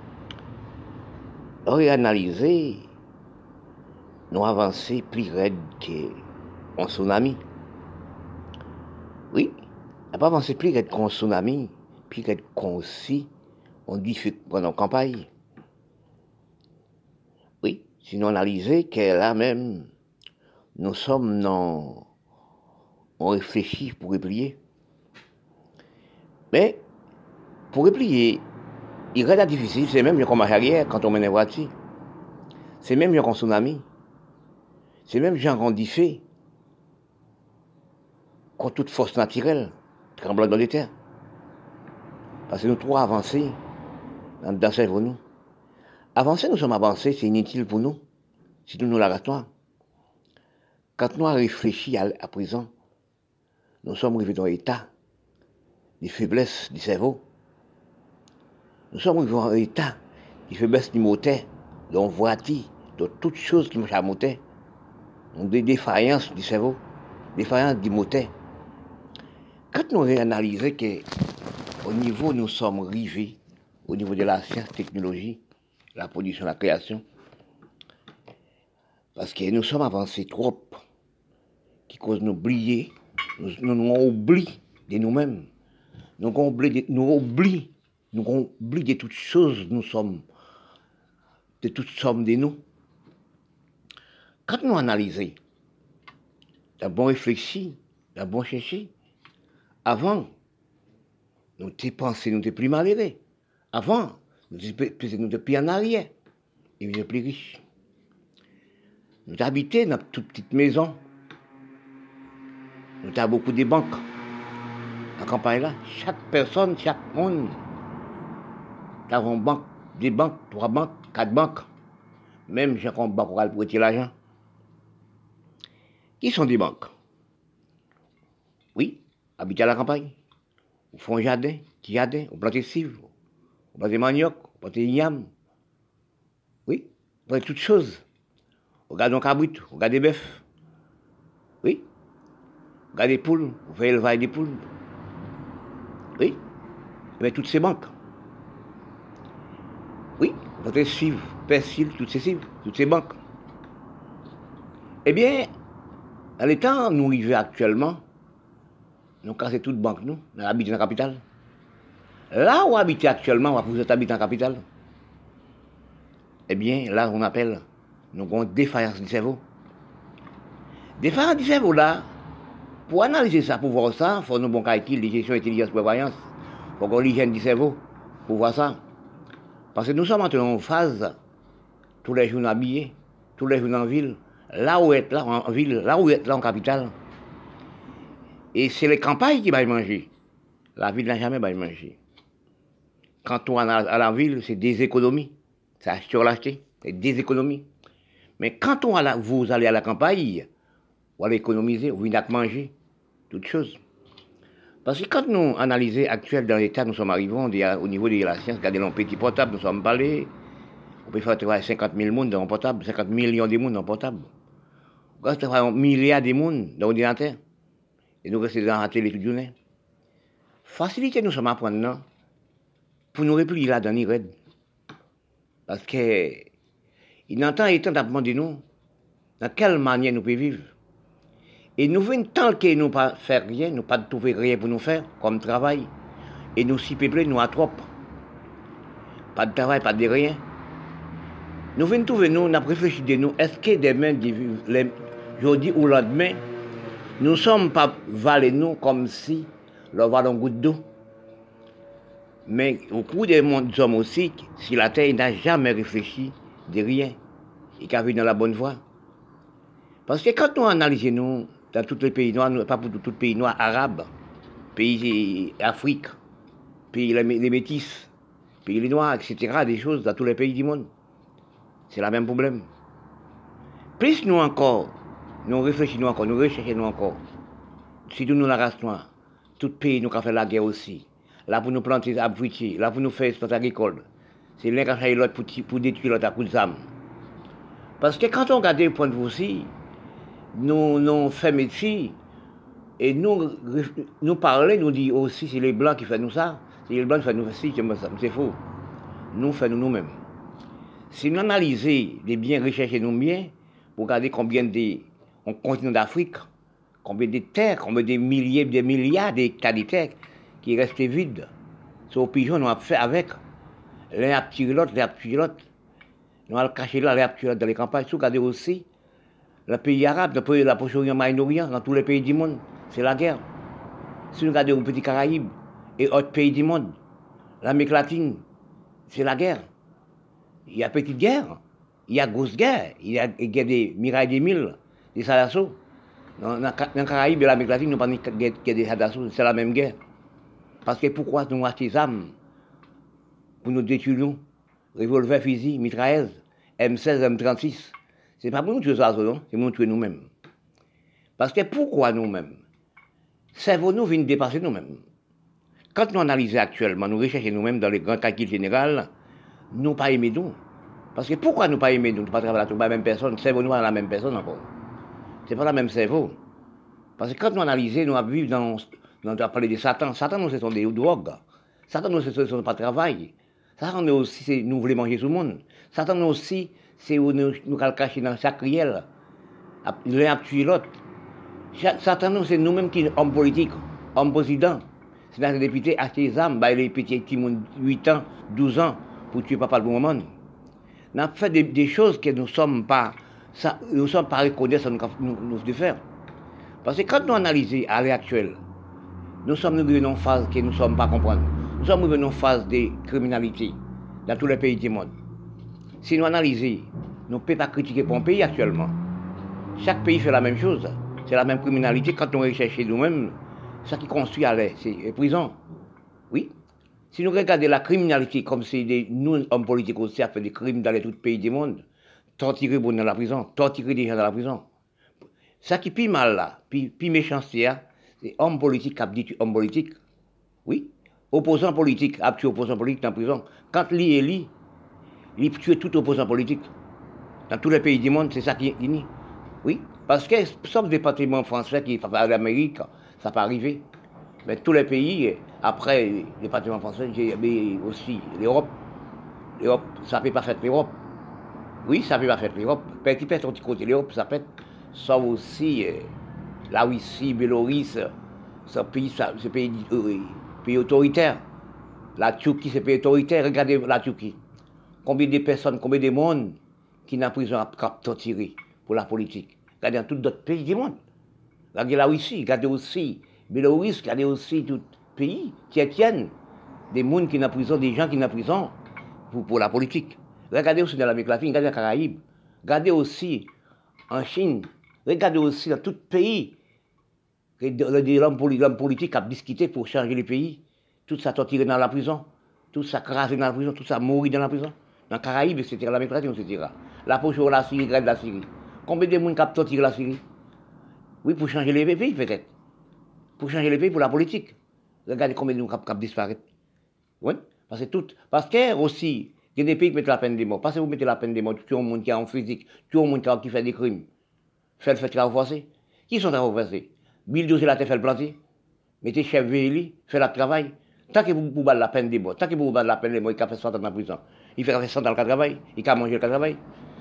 Réanalyser, nous avancer plus raide qu'un tsunami. Oui, on pas avancer plus raide qu'un tsunami, plus raide qu'on si on dit pendant campagne. Oui, sinon analyser qu'elle là même, nous sommes dans, on réfléchit pour replier. Mais pour replier, il reste difficile, c'est même comme marche arrière quand on mène une voiture. C'est même comme un tsunami. C'est même genre qu'on dit fait contre toute force naturelle, tremblement de terre. Parce que nous trop avancés dans le cerveau nous. Avancer, nous sommes avancés, c'est inutile pour nous, si nous nous l'arrêtons. Quand nous réfléchissons à, à présent, nous sommes arrivés dans l'état de faiblesse du cerveau. Nous sommes arrivés dans l'état de faiblesse du moteur, de voiture, de toutes choses qui marchent à moteur. Des défaillances du cerveau, défaillances du moteur. Quand nous réanalysons qu'au niveau nous sommes arrivés, au niveau de la science, technologie, la production, la création, parce que nous sommes avancés trop, qui cause nous oublier, nous, nous, nous oublions de nous-mêmes, nous oublions, nous oublions, nous oublions de toutes choses, nous sommes, de toutes sommes de nous. Quand nous analysons, d'abord réfléchir, d'abord chercher, avant, nous étions pensés, nous étions plus malheureux. Avant, nous étions plus en arrière, et nous étions plus riches. Nous habitons dans toute petite maison. Nous avons beaucoup de banques. En campagne là, chaque personne, chaque monde, nous avons une banque, deux banques, trois banques, quatre banques. Même chaque banque pour retirer l'argent. Qui sont des banques? Oui, habiter à la campagne. Au fond un jardin, petit jardin, on plante des cives, on plante des manioc, on plante des yams. Oui, on plante toutes choses. On regarde un cabrit, on regarde des bœufs. Oui, on regarde des poules, on fait élevage des poules. Oui, mais toutes ces banques. Oui, on plante des cives, persil, toutes ces cives, toutes ces banques. Eh bien, dans les temps, nous vivons actuellement, nous cassons toutes les banques, nous, dans l'habitat dans la capitale. Là où habitez actuellement, où vous êtes habité en capitale, eh bien, là, on appelle, nous avons une défaillance du cerveau. Défaillance du cerveau, là, pour analyser ça, pour voir ça, il faut nous bon calcul, les gestions intelligence, prévoyance, il faut qu'on l'hygiène du cerveau, pour voir ça. Parce que nous sommes maintenant en phase, tous les jours habillés, tous les jours en ville, là où vous êtes là, en ville, là où vous êtes là, en capitale. Et c'est les campagnes qui vont manger. La ville n'a jamais manger. Quand on va à la ville, c'est des économies. C'est acheter ou l'acheter, c'est des économies. Mais quand on la, vous allez à la campagne, vous allez économiser, vous venez manger, toutes choses. Parce que quand nous analysons actuellement dans l'état, nous sommes arrivés au niveau de la science, regardez nos petits portables, nous sommes parlés, on peut faire travailler cinquante mille personnes dans un portable, cinquante millions de personnes dans un portable. On peut faire un milliard de personnes dans l'ordinateur. Et nous restons dans la télé toute journée. Facilité, nous sommes à prendre, non? Pour nous replier là dans l'I R E D. Parce que, il entend et tant de nous, dans quelle manière nous pouvons vivre. Et nous venons tant que nous ne pas faire rien, nous pas trouver rien pour nous faire, comme travail. Et nous si peuplés, nous à trop. Pas de travail, pas de rien. Nous venons trouver, nous, on a réfléchi de nous, est-ce que demain, jeudi ou lendemain, nous ne sommes pas valés, nous, comme si nous avons un goutte d'eau. Mais au cours des hommes aussi, si la terre n'a jamais réfléchi de rien, et qu'a vu dans la bonne voie. Parce que quand nous analysons, nous, dans tous les pays noirs, pas pour tous les pays noirs, arabes, pays Afrique, pays les, les métis, pays les noirs, et cetera, des choses dans tous les pays du monde, c'est le même problème. plus nous encore, nous réfléchissons encore, nous recherchons encore, si nous la race noire, tout pays nous a fait la guerre aussi. Là pour nous planter des arbres fruitiers, là pour nous faire espace agricole. C'est l'un qui a fait l'autre pour, pour détruire l'autre à coups d'âme. Parce que quand on regarde le point de vue aussi, nous, nous faisons métier, et nous, nous parler, nous dit aussi c'est les Blancs qui font nous ça, c'est les Blancs qui font nous ça, c'est faux. Nous faisons nous-mêmes. Si nous analysons les biens, rechercher nos biens, pour regarder combien de on continent d'Afrique, combien de terres, combien de milliers, de milliards d'hectares de terres qui restent vides. C'est aux pigeons, nous avons fait avec. L'un a tiré l'autre, l'un a tiré l'autre. Nous avons caché là, l'un a tiré dans les campagnes. Si vous regardez aussi, le pays arabe, le pays, la Proche-Orient, Moyen-Orient, dans tous les pays du monde, c'est la guerre. Si nous regardons les petits Caraïbes et autres pays du monde, l'Amérique latine, c'est la guerre. Il y a petite guerre, il y a grosse guerre, il y a, il y a des mirailles des mille, des Sadasso. Dans les Caraïbes et l'Amérique latine, nous ne parlons pas de des Sadasso, c'est la même guerre. Parce que pourquoi nous achetons des armes pour nous détruire nous? Revolver, fusil, mitrailleuse, M seize, M trente-six. C'est pas pour nous tuer ça, non? C'est pour nous tuer nous-mêmes. Parce que pourquoi nous-mêmes? Cerveau nous vient dépasser nous-mêmes. Quand nous analysons actuellement, nous recherchons nous-mêmes dans les grands calculs généraux, nous pas aimer nous. Parce que pourquoi nous pas aimer nous? Nous pas travailler avec la même personne. Cerveau nous pas la même personne encore. C'est pas la même cerveau. Parce que quand nous analysons, nous vivons dans, dans, on a parlé de Satan. Satan nous ce sont des drogues. Satan nous ce sont pas de travail. Satan nous aussi c'est nous voulons manger tout le monde. Satan nous aussi c'est où nous nous cacher dans chaque riel. L'un a tué l'autre. Satan nous c'est nous-mêmes qui hommes politiques, hommes présidents. C'est notre député acheter des armes, bah les petits qui ont huit ans, douze ans pour tuer papa le bon moment. On a fait des, des choses que nous ne sommes pas, ça, nous sommes pas reconnaissants nous, nous, nous de faire. Parce que quand nous analysons à l'heure actuelle, nous sommes dans une phase que nous ne sommes pas comprendre. Nous sommes dans une phase de criminalité dans tous les pays du monde. Si nous analysons, nous ne pouvons pas critiquer pour un pays actuellement. Chaque pays fait la même chose. C'est la même criminalité. Quand on recherche nous-mêmes, ce qui construit à l'air, c'est la prison. Oui. Si nous regardons la criminalité comme c'est des, nous, hommes politiques aussi, fait des crimes dans les tout pays du monde, torturer dans la prison, torturer des gens dans la prison. Ça qui est plus mal là, plus, plus méchant c'est, c'est hommes politiques qui ont dit hommes politiques. Oui. Opposants politiques, a tué opposants politiques dans la prison. Quand lui et lui, il tue tout opposant politique. Dans tous les pays du monde, c'est ça qui est fini. Oui. Parce que, sauf le département français qui est à l'Amérique, ça peut arriver. Mais tous les pays, après le département français, j'ai aussi l'Europe. L'Europe, ça ne peut pas faire l'Europe. Oui, ça ne peut pas faire l'Europe. Petit peu son petit côté l'Europe, ça peut. Sauf aussi euh, la Russie, Bélorusse, ce pays, ce pays, euh, pays autoritaire. La Turquie, c'est pays autoritaire. Regardez la Turquie. Combien de personnes, combien de monde qui n'ont prison à torturer pour la politique. Regardez dans tous d'autres pays du monde. Regardez la Russie, regardez aussi Bélorusse, regardez aussi tout pays qui tiennent des gens qui sont en prison, des gens qui sont en prison pour, pour la politique. Regardez aussi dans l'Amérique latine, regardez les Caraïbes, regardez aussi en Chine, regardez aussi dans tout pays que l'homme politique a discuté pour changer les pays. Tout ça torturé dans la prison, tout ça crasé dans la prison, tout ça mourir dans la prison. Dans les Caraïbes, et cetera, l'Amérique latine, et cetera. La poche de la Syrie, grève de la Syrie. Combien de gens qui ont torturé la Syrie? Oui, pour changer les pays, peut-être. Pour changer les pays, pour la politique. Regardez combien de gens qui disparaissent. Oui, parce que tout. Parce que aussi, il y a des pays qui mettent la peine de mort. Parce que vous mettez la peine de mort, tout le monde qui est en physique, tout le monde qui fait des crimes. Fait le fait travail forcé. Qui sont travail forcé? Bill Dossier la fait le planter. Mettez chef Véli, fait le travail. Tant que vous pouvez la peine de mort, tant que vous pouvez la peine de mort, il a fait soixante ans dans la prison. Il fait soixante ans dans le travail, il a mangé le travail.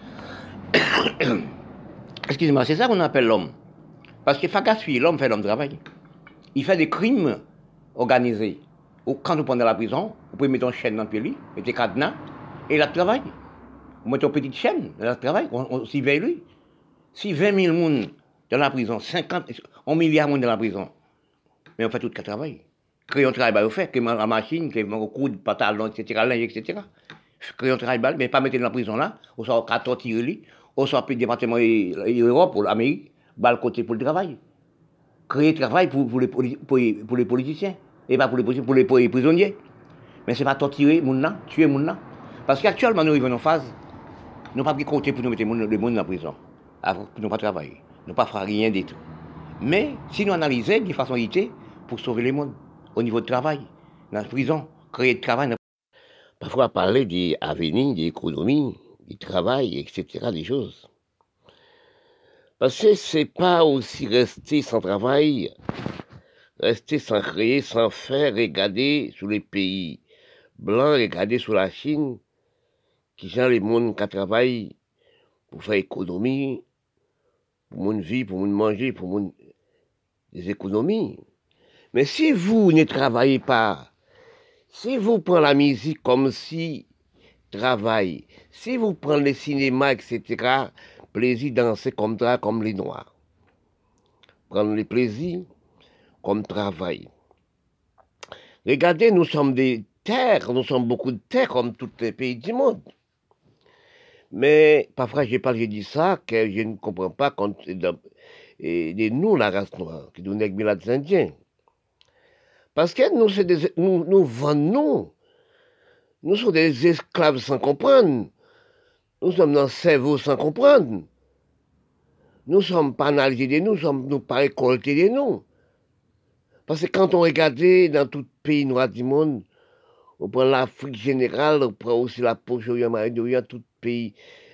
Excusez-moi, c'est ça qu'on appelle l'homme. Parce que Fagassi, l'homme fait l'homme travail. Il fait des crimes organisés. Quand vous prenez la prison, vous pouvez mettre une chaîne dans le pied, mettez cadenas, et il travaille. Vous mettez une petite chaîne, il travaille, on, on s'y veille lui. Si vingt mille personnes dans la prison, cinquante, un milliard de personnes dans la prison, mais on fait tout le travail. Créer un travail, on fait, créer la machine, créer un coup de pantalon, et cetera, linge, et cetera. Créer un travail, mais pas mettre dans la prison là, on sort qu'à torturer lui, on sort plus département Europe, pour l'Amérique, bas le côté pour le travail. Créer le travail pour, pour, les, pour, pour les politiciens, et pas pour les, pour les, pour les prisonniers. Mais ce n'est pas torturer les gens, tuer les gens. Parce qu'actuellement, nous vivons en phase, nous n'avons pas de côté pour nous mettre les gens dans la prison. avant pour ne pas travailler, ne pas faire rien du tout. Mais si nous analysons de façon idée pour sauver le monde, au niveau du travail, dans la prison, créer du travail. Parfois parler des avenirs, des économies, du travail, et cetera, des choses. Parce que c'est pas aussi rester sans travail, rester sans créer, sans faire, regarder sur les pays blancs, regarder sur la Chine, qui gens les monde qui travaillent pour faire économie, pour mon vie, pour mon manger, pour mon des économies. Mais si vous ne travaillez pas, si vous prenez la musique comme si travail, si vous prenez le cinéma, et cetera, plaisir danser comme ça, comme les Noirs, prendre le plaisir comme travail. Regardez, nous sommes des terres, nous sommes beaucoup de terres comme tous les pays du monde. Mais parfois, je parle, je dis ça, que je ne comprends pas quand c'est de, de nous, la race noire, qui nous nègres les Indiens. Parce que nous, c'est des, nous, nous vendons, nous sommes des esclaves sans comprendre. Nous sommes dans le cerveau sans comprendre. Nous ne sommes pas analysés de nous, nous sommes nous pas récoltés de nous. Parce que quand on regarde dans tout pays noir du monde, on prend l'Afrique générale, on prend aussi la Proche-Orient, tout pays,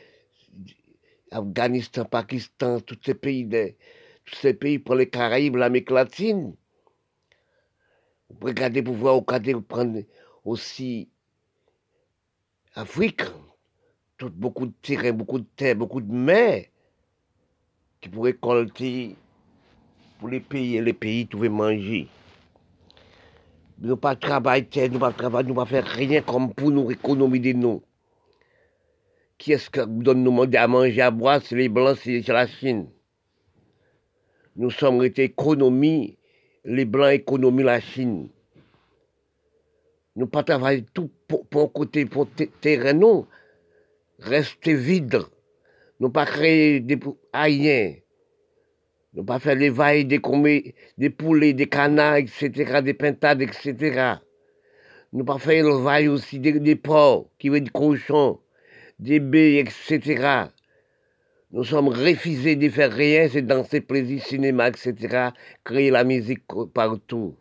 Afghanistan, Pakistan, tous ces pays, de, tous ces pays pour les Caraïbes, l'Amérique latine. On peut regarder pour voir, regarder, prendre aussi Afrique, tout, beaucoup de terrain, beaucoup de terre, beaucoup de mer, qui pourraient récolter pour les pays et les pays pouvaient manger. Nous pas travailler, nous pas travailler, nous pas faire rien comme pour nous économiser nous. Qui est-ce que nous donne nous à manger, à boire? C'est les Blancs, c'est la Chine. Nous sommes restés économie, les Blancs économie la Chine. Nous pas travailler tout pour, pour côté, pour terrain, nous, rester vide. Nous pas créer des rien. Nous pas faire l'éveil des, des poulets, des canards, et cetera, des pintades, et cetera. Nous pas faire l'éveil aussi des, des porcs, qui veulent des cochons, des baies, et cetera. Nous sommes refusés de faire rien, c'est danser, plaisir, cinéma, et cetera, créer la musique partout.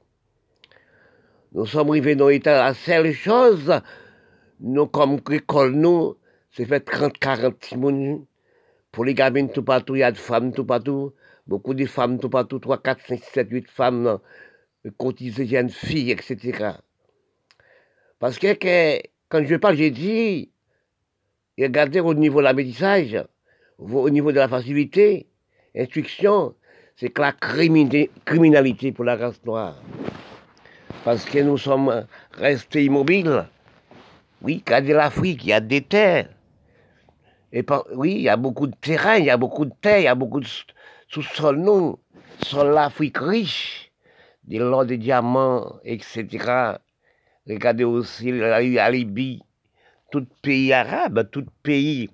Nous sommes arrivés dans l'état, la seule chose, nous, comme école, nous, c'est faire trente, quarante personnes. Pour les gamines tout partout, il y a des femmes tout partout. Beaucoup de femmes tout partout, trois, quatre, cinq, sept, huit femmes cotisées, jeunes filles, et cetera. Parce que, que quand je parle, j'ai dit, regardez au niveau de l'apprentissage, au niveau de la facilité, instruction, c'est que la criminalité pour la race noire. Parce que nous sommes restés immobiles. Oui, regardez l'Afrique, il y a des terres. Et par, oui, il y a beaucoup de terrain, il y a beaucoup de terre, il y a beaucoup de sous-sol, non. Sur l'Afrique riche, des lots de diamants, et cetera. Regardez aussi la Libye, tout pays arabe, tout pays,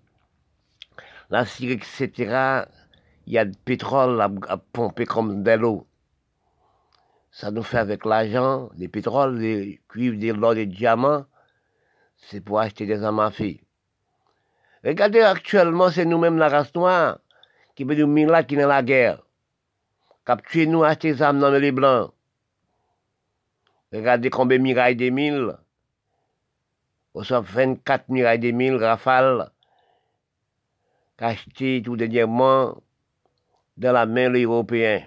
la Syrie, et cetera. Il y a du pétrole à, à pomper comme de l'eau. Ça nous fait avec l'argent, des pétroles, des cuivres, des lots de diamants, c'est pour acheter des armes à feu. Regardez, actuellement, c'est nous-mêmes la race noire qui veut nous mettre là, qui est dans la guerre. Capturer nous, acheter des armes dans les blancs. Regardez combien de mirailles des mille. On s'en vingt-quatre mirailles des mille, rafales, acheter tout dernièrement dans la main des Européens.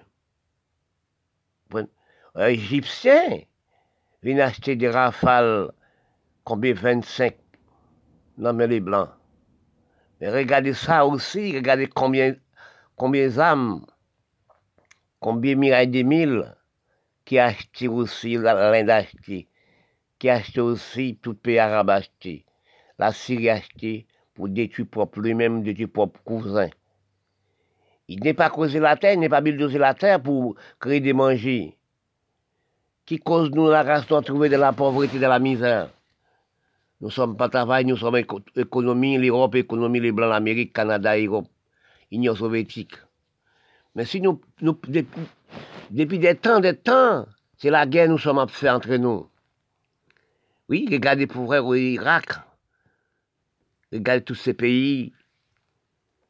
Un Égyptien vient acheter des rafales, combien vingt-cinq dans la main des blancs. Mais regardez ça aussi, regardez combien, combien d'âmes, combien de mirailles de mille qui a acheté aussi l'Inde acheté, qui a acheté aussi tout le pays arabe acheté, la Syrie acheté pour détruire propre lui-même, détruire propre cousin. Il n'est pas causé la terre, il n'est pas bulldozer la terre pour créer des manger. Qui cause nous la race de trouver de la pauvreté, de la misère? Nous ne sommes pas travail, nous sommes économie, l'Europe, économie, les Blancs, l'Amérique, Canada, Europe, Union soviétique. Mais si nous, nous depuis, depuis des temps, des temps, c'est la guerre nous sommes fait entre nous. Oui, regardez pour vrai au Irak, regardez tous ces pays,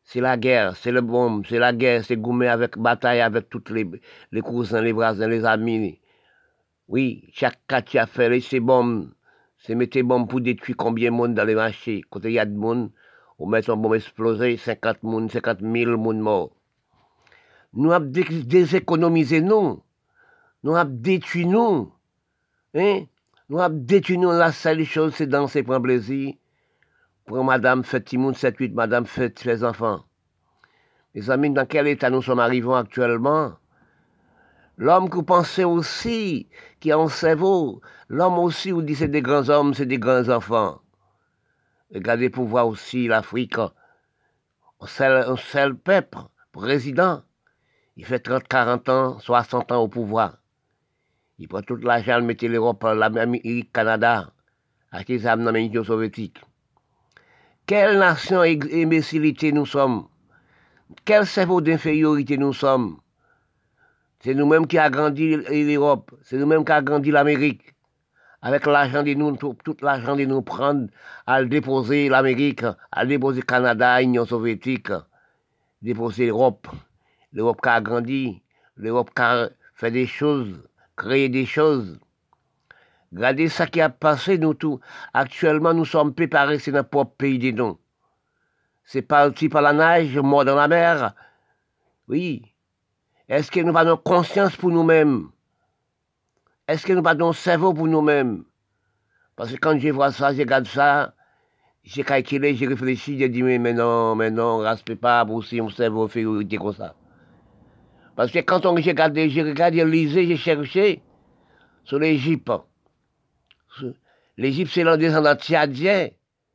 C'est la guerre, c'est le bombe, c'est la guerre, c'est goumer avec bataille avec toutes les, les cousins, les voisins, les amis. Oui, chaque quartier a fait ces bombes. C'est mettre des bombes pour détruire combien de monde dans les marchés. Quand il y a de monde, on met une bombe exploser, cinquante monde, cinquante mille monde morts. Nous avons déséconomisé nous. Nous avons détruit nous. Hein? Nous avons détruit nous. La seule chose, c'est danser, prendre plaisir. Pour madame fait Timoun, sept huit, madame fait les enfants. Les amis, dans quel état nous sommes arrivés actuellement? L'homme que vous pensez aussi, qui a un cerveau, l'homme aussi, vous dites c'est des grands hommes, c'est des grands enfants. Regardez pour voir aussi l'Afrique. Un seul, un seul peuple, président. Il fait trente, quarante ans, soixante ans au pouvoir. Il prend toute l'argent, il met l'Europe, l'Amérique, le Canada, acheter des armes dans l'Union soviétique. Quelle nation imbécilité nous sommes? Quel cerveau d'infériorité nous sommes? C'est nous-mêmes qui avons grandi l'Europe, c'est nous-mêmes qui avons grandi l'Amérique. Avec l'argent de nous, tout, tout l'argent de nous prendre, à le déposer l'Amérique, à le déposer le Canada, l'Union soviétique, déposer l'Europe. L'Europe qui a grandi, l'Europe qui a fait des choses, créé des choses. Regardez ça qui a passé, nous tous. Actuellement, nous sommes préparés, c'est notre propre pays de nous. C'est parti par la nage, mort dans la mer. Oui. Est-ce que nous avons conscience pour nous-mêmes? Est-ce que nous avons cerveau pour nous-mêmes? Parce que quand je vois ça, je regarde ça, j'ai calculé, j'ai réfléchi, j'ai dit, mais non, mais non, respect pas pour si mon cerveau fait comme ça. Parce que quand on regarde, j'ai regardé, j'ai lisé, j'ai cherché sur l'Égypte. L'Égypte, c'est l'un des descendants tchadiens.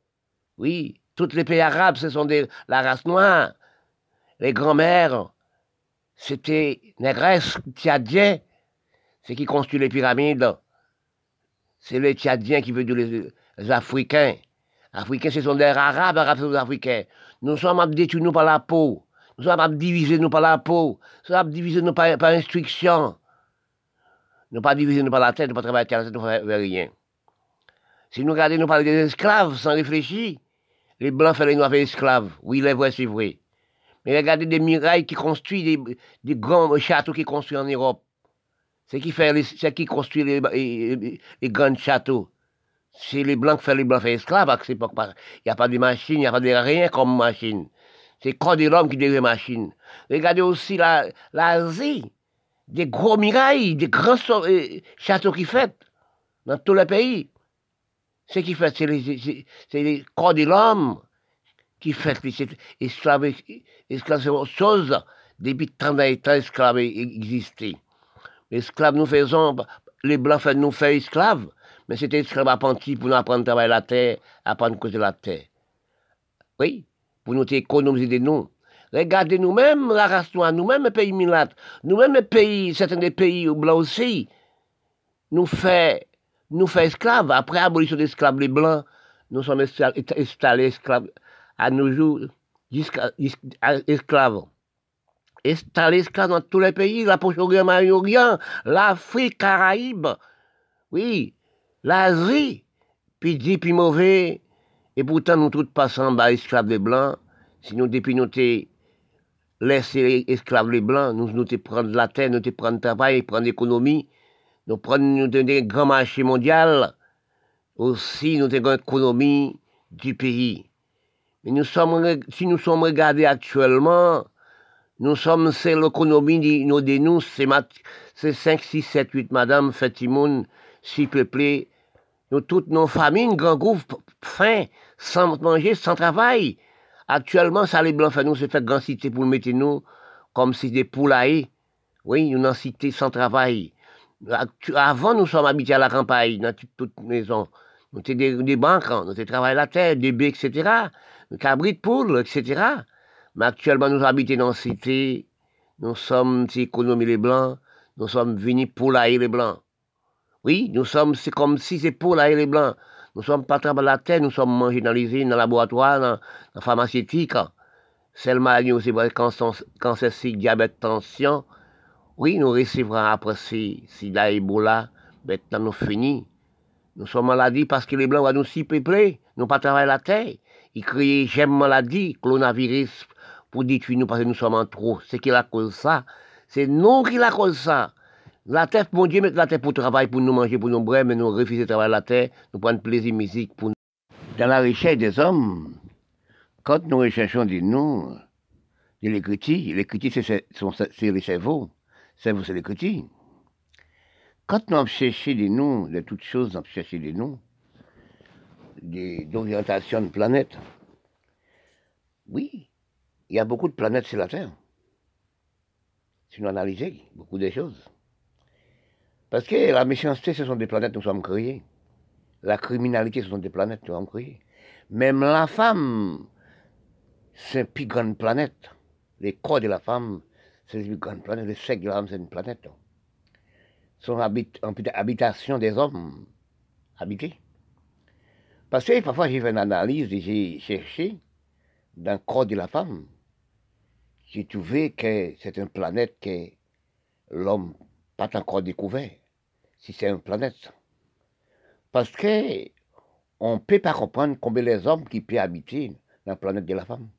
Oui, tous les pays arabes, ce sont des, la race noire. Les grands-mères, c'était négresses, tchadiens. C'est qui construit les pyramides. C'est les Tchadiens qui veulent dire les, les Africains. Africains, ce sont des Arabes, Arabes, ce sont des Africains. Nous sommes à détruire nous par la peau. Nous sommes à diviser nous par la peau. Nous sommes à diviser nous par, par instruction. Nous pas diviser nous par la tête, nous pas travailler la tête, nous ne faisons rien. Si nous regardons, nous parlons des esclaves sans réfléchir, les Blancs font les Noirs esclaves. Oui, les vrais, c'est vrai. Mais regardez des murailles qui construisent, des, des grands châteaux qui construisent en Europe. C'est qui fait, c'est qui construit les, les, les grands châteaux. C'est les Blancs qui font les Blancs fait esclaves à cette époque. Il n'y a pas de machine, il n'y a pas de rien comme machine. C'est le corps de l'homme qui devient machine. Regardez aussi l'Asie, la, des gros murailles, des grands euh, châteaux qui fait dans tous les pays. Ce qui fait, c'est les, les corps de l'homme qui fait les esclaves. Esclaves, c'est autre chose. Depuis tant d'années, esclaves existaient. Les esclaves, nous faisons, les Blancs nous font esclaves, mais c'était esclaves apprentis pour nous apprendre à travailler la terre, apprendre à causer la terre. Oui, pour nous économiser de nous. Regardez nous-mêmes, la race noire, nous-mêmes, les pays milates, nous-mêmes, les pays, certains des pays blancs aussi, nous fait, nous fait esclaves. Après l'abolition des esclaves, les Blancs, nous sommes installés esclaves à nos jours, jusqu'à esclaves. Installés esclaves dans tous les pays, la Proche-Orient, l'Afrique, Caraïbes, oui, l'Asie, puis dit, puis mauvais, et pourtant nous tous passons par esclaves des Blancs, sinon depuis nous t'es laissé les esclaves les Blancs, nous nous t'es prendre la terre, nous t'es prendre travail, prendre l'économie, nous prenons des grands marchés mondiaux, aussi nous t'es économie du pays. Mais nous sommes, si nous sommes regardés actuellement, nous sommes, c'est l'économie de, de nous, c'est cinq, six, sept, huit madame, Fatimoun, si peuplé, nous toutes nos familles, grand groupe, faim, sans manger, sans travail. Actuellement, ça les Blancs fait nous, c'est fait grand cité pour le mettre nous, comme si des poulaillers. Oui, une cité sans travail. Avant, nous sommes habités à la campagne, dans toute maison. Nous étions des, des banques, nous étions travaillé la terre, des baies, et cetera. Des cabris de poules, et cetera. Mais actuellement, nous habitons dans la cité, nous sommes, c'est économie les Blancs, nous sommes venus poulailler les Blancs. Oui, nous sommes, c'est comme si c'est poulailler les Blancs. Nous sommes pas travailler la terre, nous sommes mangés dans l'usine, dans le laboratoire, dans la pharmaceutique. Seulement, nous, c'est vrai, cancer, diabète, tension. Oui, nous recevrons après si, si la Ebola, maintenant nous finissons. Nous sommes malades parce que les Blancs vont nous si peuplés, nous pas travailler la terre. Ils créent j'aime maladie, coronavirus, pour détruire nous parce que nous sommes en trop. C'est qui la cause ça? C'est nous qui la cause ça. La terre, mon Dieu, met la terre pour travailler, pour nous manger, pour nous boire, mais nous refusons de travailler la terre, nous prenons plaisir musique pour nous. Dans la recherche des hommes, quand nous recherchons des noms, de l'écriture, l'écriture c'est, c'est le cerveau, le cerveau c'est l'écriture. Quand nous cherchons des noms de toutes choses, nous cherchons des noms d'orientation de planète. Oui, il y a beaucoup de planètes sur la Terre. Si nous analysons beaucoup de choses. Parce que la méchanceté, ce sont des planètes que nous sommes créés. La criminalité, ce sont des planètes que nous sommes créés. Même la femme, c'est une plus grande planète. Les corps de la femme, c'est une plus grande planète. Le sexe de la femme, c'est une planète. Ce sont habit habitations des hommes habités. Parce que parfois, j'ai fait une analyse et j'ai cherché dans le corps de la femme. J'ai trouvé que c'est une planète que l'homme n'a pas encore découvert, si c'est une planète. Parce que on ne peut pas comprendre combien les hommes qui peuvent habiter dans la planète de la femme.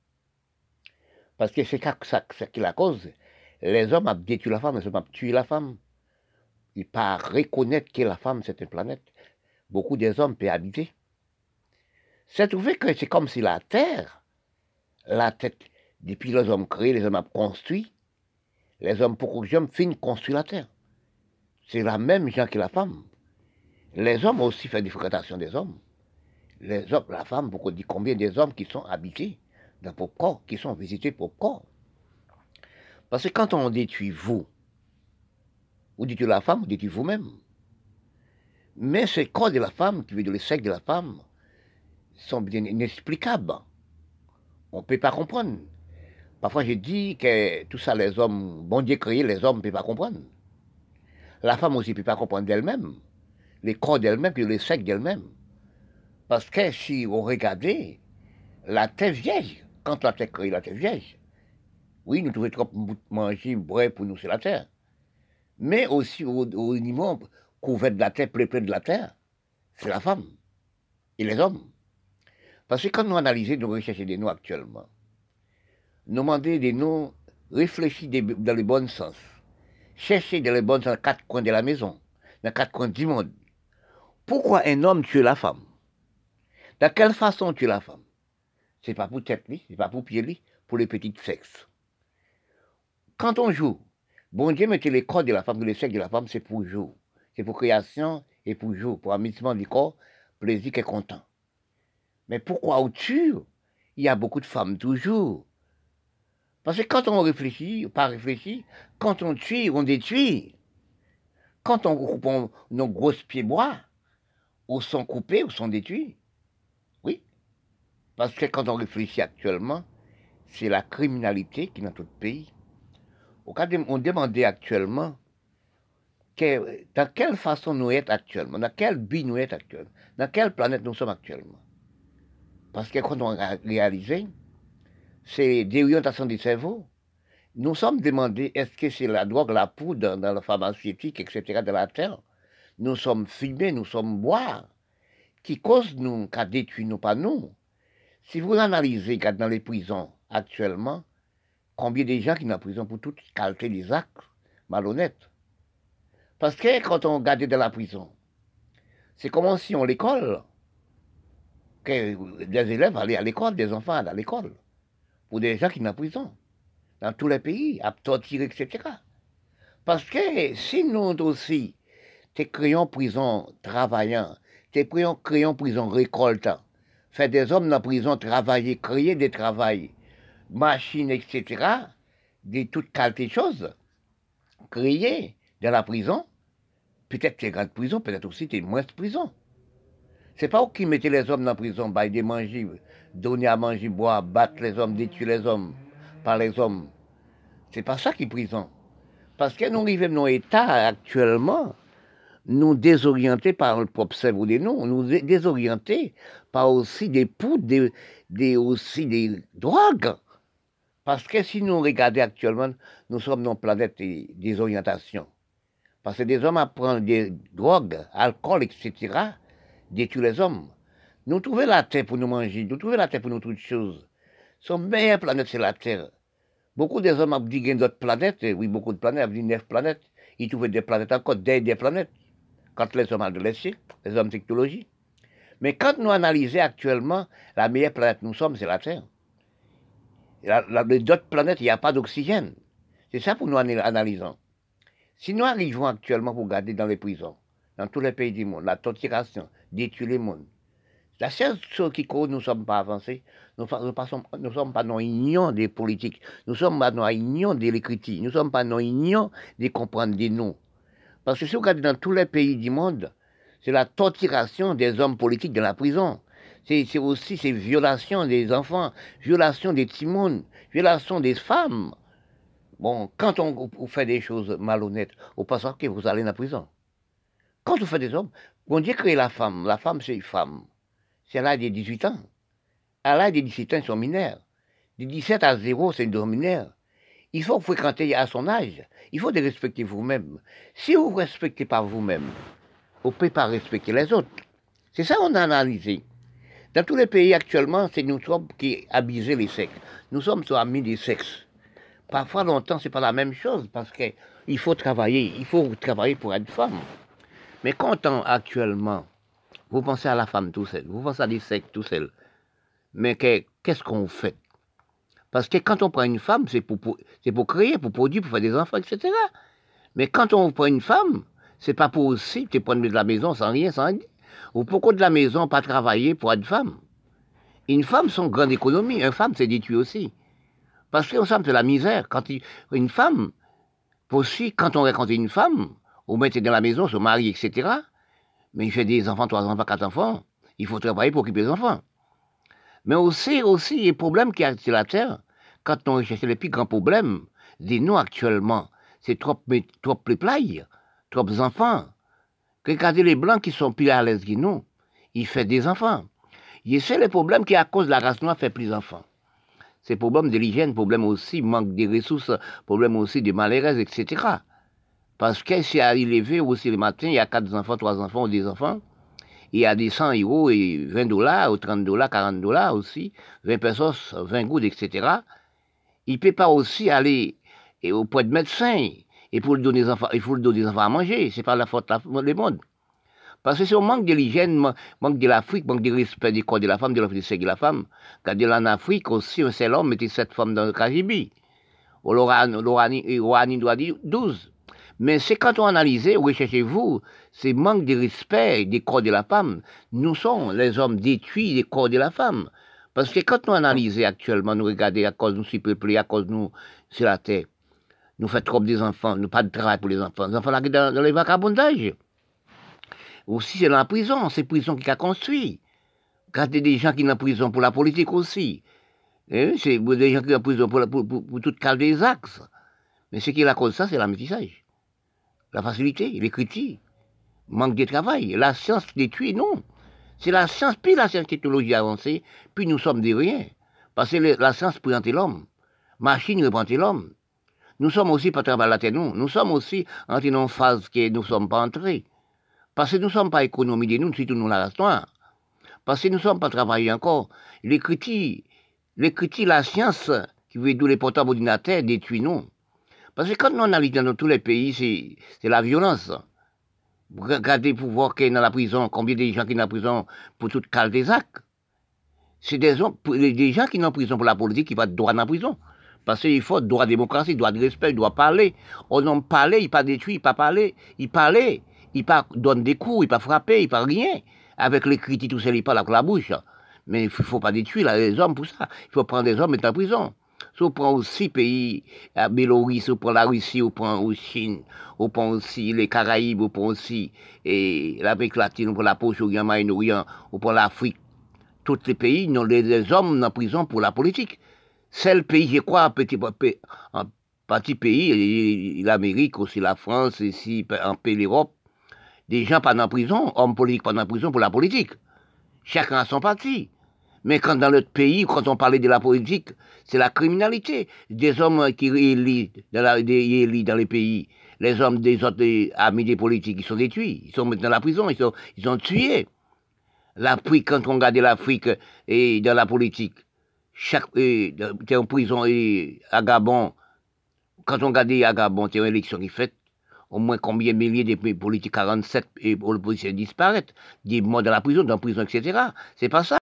Parce que c'est ça qui est la cause. Les hommes ont détruit la femme, les hommes ont tué la femme. Ils ne peuvent pas reconnaître que la femme, c'est une planète. Beaucoup des hommes peuvent habiter. C'est trouvé que c'est comme si la Terre, la tête, depuis les hommes créés, les hommes ont construit, les hommes, pour que les hommes finissent construire la Terre. C'est la même genre que la femme. Les hommes ont aussi fait des fréquentations des hommes. Les hommes, la femme, beaucoup dit combien des hommes qui sont habités dans vos corps, qui sont visités pour corps. Parce que quand on détruit vous, vous détruisez la femme, vous détruisez vous-même. Mais ce corps de la femme, qui veut dire le sexe de la femme, sont bien inexplicables. On ne peut pas comprendre. Parfois, je dis que tout ça, les hommes, bon Dieu créé, les hommes ne peuvent pas comprendre. La femme aussi ne peut pas comprendre d'elle-même, les corps d'elle-même, puis le sexe d'elle-même. Parce que si on regardait, la terre vierge, quand la terre créée, la terre vierge, oui, nous trouvons trop manger, boire pour nous sur la terre. Mais aussi au, au niveau couvert de la terre, plein de la terre, c'est la femme et les hommes. Parce que quand nous analysons, nous recherchons des noms actuellement, nous demandons des noms réfléchis dans le bon sens, chercher dans le bon sens, dans les quatre coins de la maison, dans les quatre coins du monde. Pourquoi un homme tue la femme? De quelle façon tue la femme? C'est pas pour tête, c'est pas pour pied, pour les petits sexes. Quand on joue, bon Dieu mettez les corps de la femme, le sexe de la femme, c'est pour jouer. C'est pour création et pour jouer, pour amusement du corps, plaisir et content. Mais pourquoi on tue? Il y a beaucoup de femmes toujours. Parce que quand on réfléchit, pas réfléchit, quand on tue, on détruit. Quand on coupe nos grosses pieds bois, ou sont coupés, ou sont détruits. Oui. Parce que quand on réfléchit actuellement, c'est la criminalité qui est dans notre pays. On demandait actuellement que, dans quelle façon nous sommes actuellement, dans quel but nous sommes actuellement, dans quelle planète nous sommes actuellement. Parce que quand on a réalisé, c'est des orientations du cerveau. Nous sommes demandés, est-ce que c'est la drogue, la poudre dans la pharmaceutique, et cetera, de la terre? Nous sommes fumés, nous sommes boire, qui cause nous, qui détruit nous, pas nous. Si vous analysez dans les prisons actuellement, combien de gens qui sont en prison pour toute qualité des actes malhonnêtes? Parce que quand on regarde dans la prison, c'est comme si on l'école, que des élèves allaient à l'école, des enfants allaient à l'école, pour des gens qui sont en prison, dans tous les pays, à torturer, et cetera. Parce que si nous aussi, te créons prison travaillant, te créons prison récoltant, faire des hommes dans la prison travailler, créer des travails, machines, et cetera, de toutes qualités de choses, créer dans la prison, peut-être c'est grande prison, peut-être aussi c'est moins de prison. C'est pas eux qui mettaient les hommes dans la prison, bah, de manger, donner à manger, boire, battre les hommes, détruire les hommes, par les hommes. C'est pas ça qui est prison. Parce que nous vivons dans un état actuellement, nous désorientés par le propre cerveau de nous, nous désorientés par aussi des poudres, des, des, aussi des drogues. Parce que si nous regardons actuellement, nous sommes dans une planète de désorientation. Parce que des hommes apprennent des drogues, alcool, et cetera, détruisent les hommes. Nous trouvons la terre pour nous manger, nous trouvons la terre pour nous toutes choses. Son meilleure planète, c'est la Terre. Beaucoup des hommes ont dit qu'il y a d'autres planètes, oui, beaucoup de planètes, ont dit neuf planètes. Ils trouvent des planètes encore, des, des planètes. Quand les hommes ont de l'essai, les hommes de technologie. Mais quand nous analysons actuellement, la meilleure planète nous sommes, c'est la Terre. Les d'autres planètes, il n'y a pas d'oxygène. C'est ça pour nous analysons. Si nous arrivons actuellement pour regarder dans les prisons, dans tous les pays du monde, la torturation, détruire les mondes, la seule chose qui cause nous ne sommes pas avancés, nous ne sommes pas dans l'union des politiques, nous ne sommes pas dans l'union des critiques, nous ne sommes pas dans l'union des comprendre des noms. Parce que si vous regardez dans tous les pays du monde, c'est la torturation des hommes politiques dans la prison. C'est aussi ces violations des enfants, violations des timons, violations des femmes. Bon, quand on, on fait des choses malhonnêtes, on pense que vous allez dans la prison. Quand on fait des hommes, on dit que la femme, la femme c'est une femme. C'est à l'âge de dix-huit ans. À l'âge de dix-sept ans, ils sont mineurs. De dix-sept à zéro, c'est une mineur. Il faut fréquenter à son âge. Il faut respecter vous-même. Si vous ne respectez pas vous-même, vous ne pouvez pas respecter les autres. C'est ça qu'on a analysé. Dans tous les pays actuellement, c'est nous sommes qui abusons les sexes. Nous sommes sur amis des sexes. Parfois, longtemps, ce n'est pas la même chose parce qu'il faut travailler. Il faut travailler pour être femme. Mais quand on, actuellement, vous pensez à la femme tout seul, vous pensez à des sexes tout seul. Mais qu'est-ce qu'on fait? Parce que quand on prend une femme, c'est pour, pour, pour créer, pour produire, pour faire des enfants, et cetera. Mais quand on prend une femme, c'est pas pour aussi te prendre de la maison sans rien, sans rien. Ou pourquoi de la maison, pas travailler pour être femme? Une femme, c'est une grande économie. Une femme, c'est détruit aussi. Parce qu'une femme, c'est la misère. Quand il, une femme, aussi, quand on raconte une femme, on met dans la maison, son mari, et cetera. Mais il fait des enfants, trois enfants, quatre enfants. Il faut travailler pour occuper les enfants. Mais aussi, aussi, les problèmes qui y a sur la Terre, quand on recherche les plus grands problèmes, des nous actuellement, c'est trop, trop les plailles, trop enfants. Regardez les Blancs qui sont plus à l'aise que nous, ils font des enfants. Et c'est le problème qui, à cause de la race noire, fait plus d'enfants. C'est problème de l'hygiène, problème aussi, manque de ressources, problème aussi de malaises, et cetera. Parce que si à lever aussi le matin, il y a quatre enfants, trois enfants ou des enfants, il y a des cent euros et vingt dollars, ou trente dollars, quarante dollars aussi, vingt pesos, vingt gouttes, et cetera. Il ne peut pas aussi aller auprès de médecin, et pour lui donner des enfants, il faut lui donner des enfants à manger, c'est pas la faute du monde. Parce que si on manque de l'hygiène, manque de l'Afrique, manque de respect du corps de la femme, de l'officier de la femme, quand en Afrique aussi, un seul homme mettait sept femmes dans le Caribe. On l'aura doit dire douze. Mais c'est quand on analyse, recherchez-vous, c'est manque de respect des corps de la femme. Nous sommes, les hommes, détruits des corps de la femme. Parce que quand nous analysons actuellement, nous regardons à cause de nous si peuplés, à cause de nous, c'est la terre. Nous faisons trop des enfants, nous pas de travail pour les enfants. Les enfants là dans, dans les vagabondages. Aussi, c'est dans la prison, c'est la prison qui a construit. Regardez des gens qui sont en prison pour la politique aussi. C'est des gens qui sont en prison pour, pour, pour, pour tout cas des axes. Mais ce qui est la cause de ça, c'est l'amérissage. La facilité, les critiques, manque de travail, la science détruit, non. C'est la science, puis la science technologie avancée, puis nous sommes des rien. Parce que la science présente l'homme, machine représente l'homme. Nous sommes aussi pas travailler la terre, nous. Nous sommes aussi entrés dans une phase que nous ne sommes pas entrés. Parce que nous ne sommes pas économie de nous, surtout nous la race noire. Parce que nous ne sommes pas travaillés encore. Les critiques, les critiques, la science, qui veut d'où les portables ordinateurs, détruit nous. Parce que quand nous analysons dans tous les pays, c'est la violence. Vous regardez pour voir qu'il y a dans la prison, combien de gens qui sont en prison pour toute cale des actes. C'est des, des gens qui sont en prison pour la politique qui n'ont pas de droit dans la prison. Parce qu'il faut droit de démocratie, droit de respect, il doit parler. On n'en parler, il ne pas détruire, il ne pas parler. Il parlait, il ne pas donne des coups, il ne pas frapper, il ne pas rien. Avec les critiques, tout ça, il parle avec la bouche. Mais il ne faut pas détruire les hommes pour ça. Il faut prendre des hommes et mettre en prison. Si on prend aussi pays, la Bélorusse, on prend la Russie, on prend la Chine, on prend aussi les Caraïbes, on prend aussi l'Amérique latine, on prend la Poche-Orient, Moyen-Orient, on prend l'Afrique. Tous les pays, ils ont des hommes en prison pour la politique. C'est le pays, je crois, un petit, un petit pays, l'Amérique, aussi la France, ici, un peu l'Europe. Des gens pas en prison, hommes politiques pas en prison pour la politique. Chacun a son parti. Mais quand dans notre pays, quand on parlait de la politique, c'est la criminalité. Des hommes qui élisent dans, la, des, dans les pays, les hommes des autres des, amis des politiques, ils sont détruits. Ils sont maintenant dans la prison, ils sont, ils sont tués. L'Afrique, quand on regarde l'Afrique et dans la politique, chaque, eh, t'es en prison et à Gabon, quand on regarde à Gabon, t'es une élection qui fait, au moins combien de milliers de politiques quarante-sept et politiciens disparaissent, des morts dans la prison, dans la prison, et cetera. C'est pas ça.